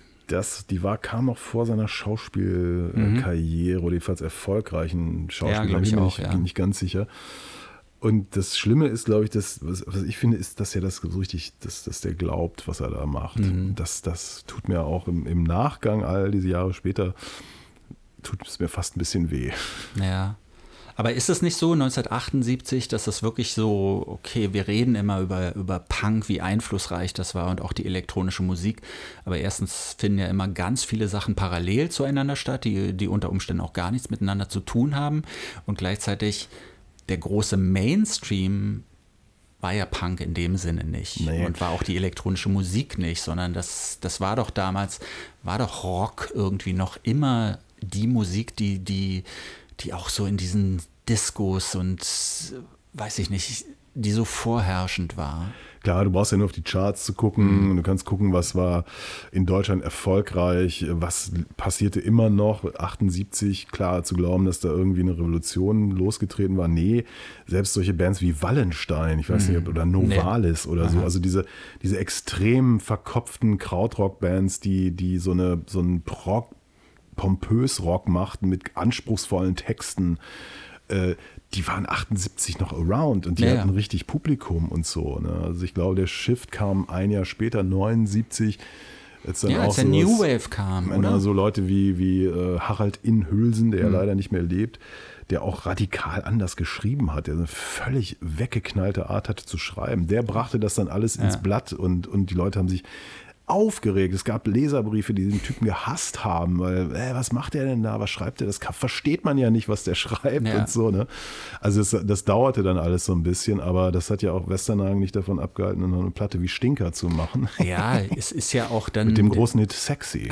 Kam noch vor seiner Schauspielkarriere oder jedenfalls erfolgreichen Schauspieler. Ja, glaube ich auch, nicht ganz sicher. Und das Schlimme ist, glaube ich, was ich finde, ist, dass er das so richtig, dass der glaubt, was er da macht. Das tut mir auch im Nachgang, all diese Jahre später, tut es mir fast ein bisschen weh. Ja. Aber ist es nicht so 1978, dass das wirklich so, okay, wir reden immer über Punk, wie einflussreich das war und auch die elektronische Musik. Aber erstens finden ja immer ganz viele Sachen parallel zueinander statt, die unter Umständen auch gar nichts miteinander zu tun haben. Und gleichzeitig der große Mainstream war ja Punk in dem Sinne nicht. Nee. Und war auch die elektronische Musik nicht, sondern das war doch damals, war doch Rock irgendwie noch immer die Musik, die auch so in diesen Diskos und weiß ich nicht, die so vorherrschend war. Klar, du brauchst ja nur auf die Charts zu gucken. Du kannst gucken, was war in Deutschland erfolgreich, was passierte immer noch. 78, klar, zu glauben, dass da irgendwie eine Revolution losgetreten war. Nee, selbst solche Bands wie Wallenstein, ich weiß nicht, oder Novalis oder so. Also diese extrem verkopften Krautrock-Bands, die so einen pompös Rock machten mit anspruchsvollen Texten, die waren 78 noch around und die hatten richtig Publikum und so. Ne? Also ich glaube, der Shift kam ein Jahr später, 79. Als der New Wave kam, oder? So Leute wie Harald Inhülsen, der ja leider nicht mehr lebt, der auch radikal anders geschrieben hat, der eine völlig weggeknallte Art hatte zu schreiben. Der brachte das dann alles ins Blatt und die Leute haben sich aufgeregt. Es gab Leserbriefe, die den Typen gehasst haben, weil, was macht der denn da, was schreibt der? Das versteht man ja nicht, was der schreibt und so. Ne? Also das dauerte dann alles so ein bisschen, aber das hat ja auch Westernhagen nicht davon abgehalten, noch eine Platte wie Stinker zu machen. Ja, es ist ja auch dann... Mit dem großen Hit Sexy.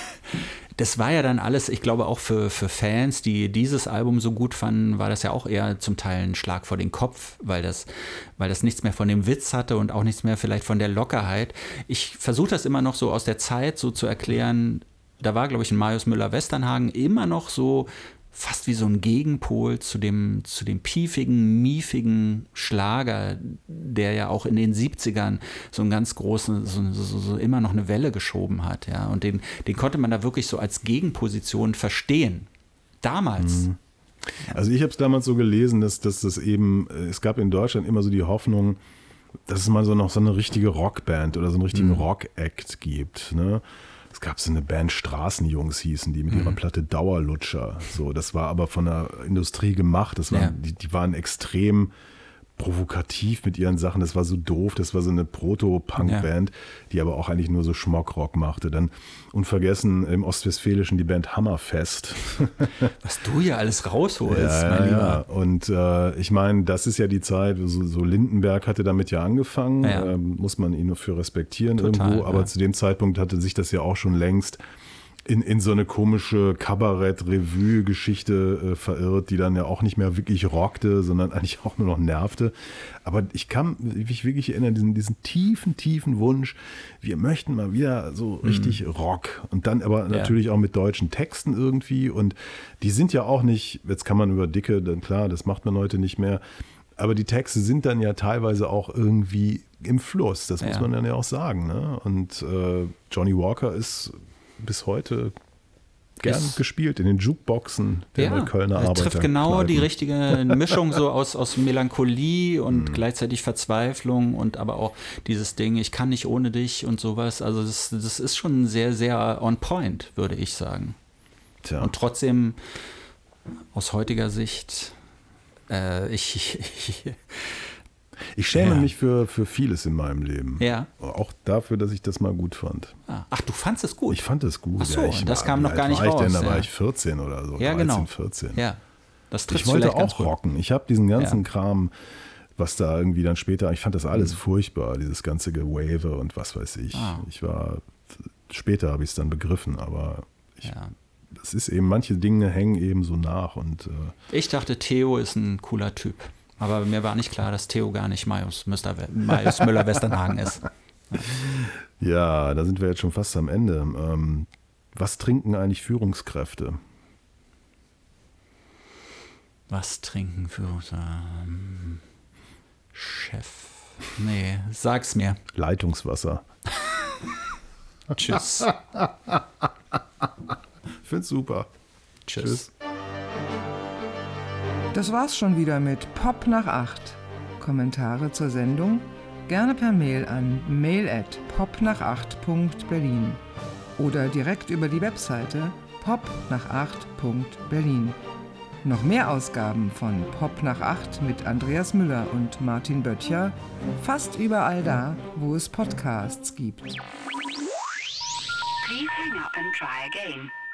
Das war ja dann alles, ich glaube auch für Fans, die dieses Album so gut fanden, war das ja auch eher zum Teil ein Schlag vor den Kopf, weil das nichts mehr von dem Witz hatte und auch nichts mehr vielleicht von der Lockerheit. Ich versuche das immer noch so aus der Zeit so zu erklären, da war, glaube ich, ein Marius Müller-Westernhagen immer noch so fast wie so ein Gegenpol zu dem piefigen, miefigen Schlager, der ja auch in den 70ern so einen ganz großen, so immer noch eine Welle geschoben hat. Ja? Und den konnte man da wirklich so als Gegenposition verstehen. Damals. Also ich habe es damals so gelesen, dass das eben, es gab in Deutschland immer so die Hoffnung, dass es mal so noch so eine richtige Rockband oder so einen richtigen Rock-Act gibt, ne? Es gab so eine Band, Straßenjungs hießen die, mit ihrer Platte Dauerlutscher. So, das war aber von der Industrie gemacht. Die waren extrem provokativ mit ihren Sachen. Das war so doof. Das war so eine Proto-Punk-Band, die aber auch eigentlich nur so Schmockrock machte. Dann unvergessen im Ostwestfälischen die Band Hammerfest. Was du hier alles rausholst, mein Lieber. Ja. Und ich meine, das ist ja die Zeit, so Lindenberg hatte damit ja angefangen. Muss man ihn nur für respektieren irgendwo. Aber zu dem Zeitpunkt hatte sich das ja auch schon längst in so eine komische Kabarett-Revue-Geschichte verirrt, die dann ja auch nicht mehr wirklich rockte, sondern eigentlich auch nur noch nervte. Aber ich kann mich wirklich erinnern, diesen tiefen Wunsch, wir möchten mal wieder so richtig Rock. Und dann aber natürlich auch mit deutschen Texten irgendwie. Und die sind ja auch nicht, jetzt kann man über Dicke, dann klar, das macht man heute nicht mehr. Aber die Texte sind dann ja teilweise auch irgendwie im Fluss. Das muss man dann ja auch sagen. Ne? Und Johnny Walker ist bis heute gern gespielt in den Jukeboxen der Kölner Arbeiter. Trifft genau die richtige Mischung so aus Melancholie und gleichzeitig Verzweiflung und aber auch dieses Ding, ich kann nicht ohne dich und sowas. Also das ist schon sehr, sehr on point, würde ich sagen. Tja. Und trotzdem aus heutiger Sicht, Ich schäme mich für vieles in meinem Leben. Ja. Auch dafür, dass ich das mal gut fand. Ach, du fandst es gut? Ich fand es gut. Ach so, ja, das kam noch gar nicht raus. Da war ich 14 oder so, ja, 13, genau. 14. Ja, das trifft Ich wollte vielleicht ganz auch gut. rocken. Ich habe diesen ganzen Kram, was da irgendwie dann später, ich fand das alles furchtbar, dieses ganze Gewave und was weiß ich. Später habe ich es dann begriffen, aber das ist eben, manche Dinge hängen eben so nach. Und ich dachte, Theo ist ein cooler Typ. Aber mir war nicht klar, dass Theo gar nicht Marius Müller-Westernhagen ist. Ja, da sind wir jetzt schon fast am Ende. Was trinken eigentlich Führungskräfte? Was trinken Chef? Nee, sag's mir. Leitungswasser. Tschüss. Find's super. Tschüss. Das war's schon wieder mit Pop nach 8. Kommentare zur Sendung gerne per Mail an mail@popnach8.berlin oder direkt über die Webseite popnach8.berlin. Noch mehr Ausgaben von Pop nach 8 mit Andreas Müller und Martin Böttcher fast überall da, wo es Podcasts gibt. Please hang up and try again.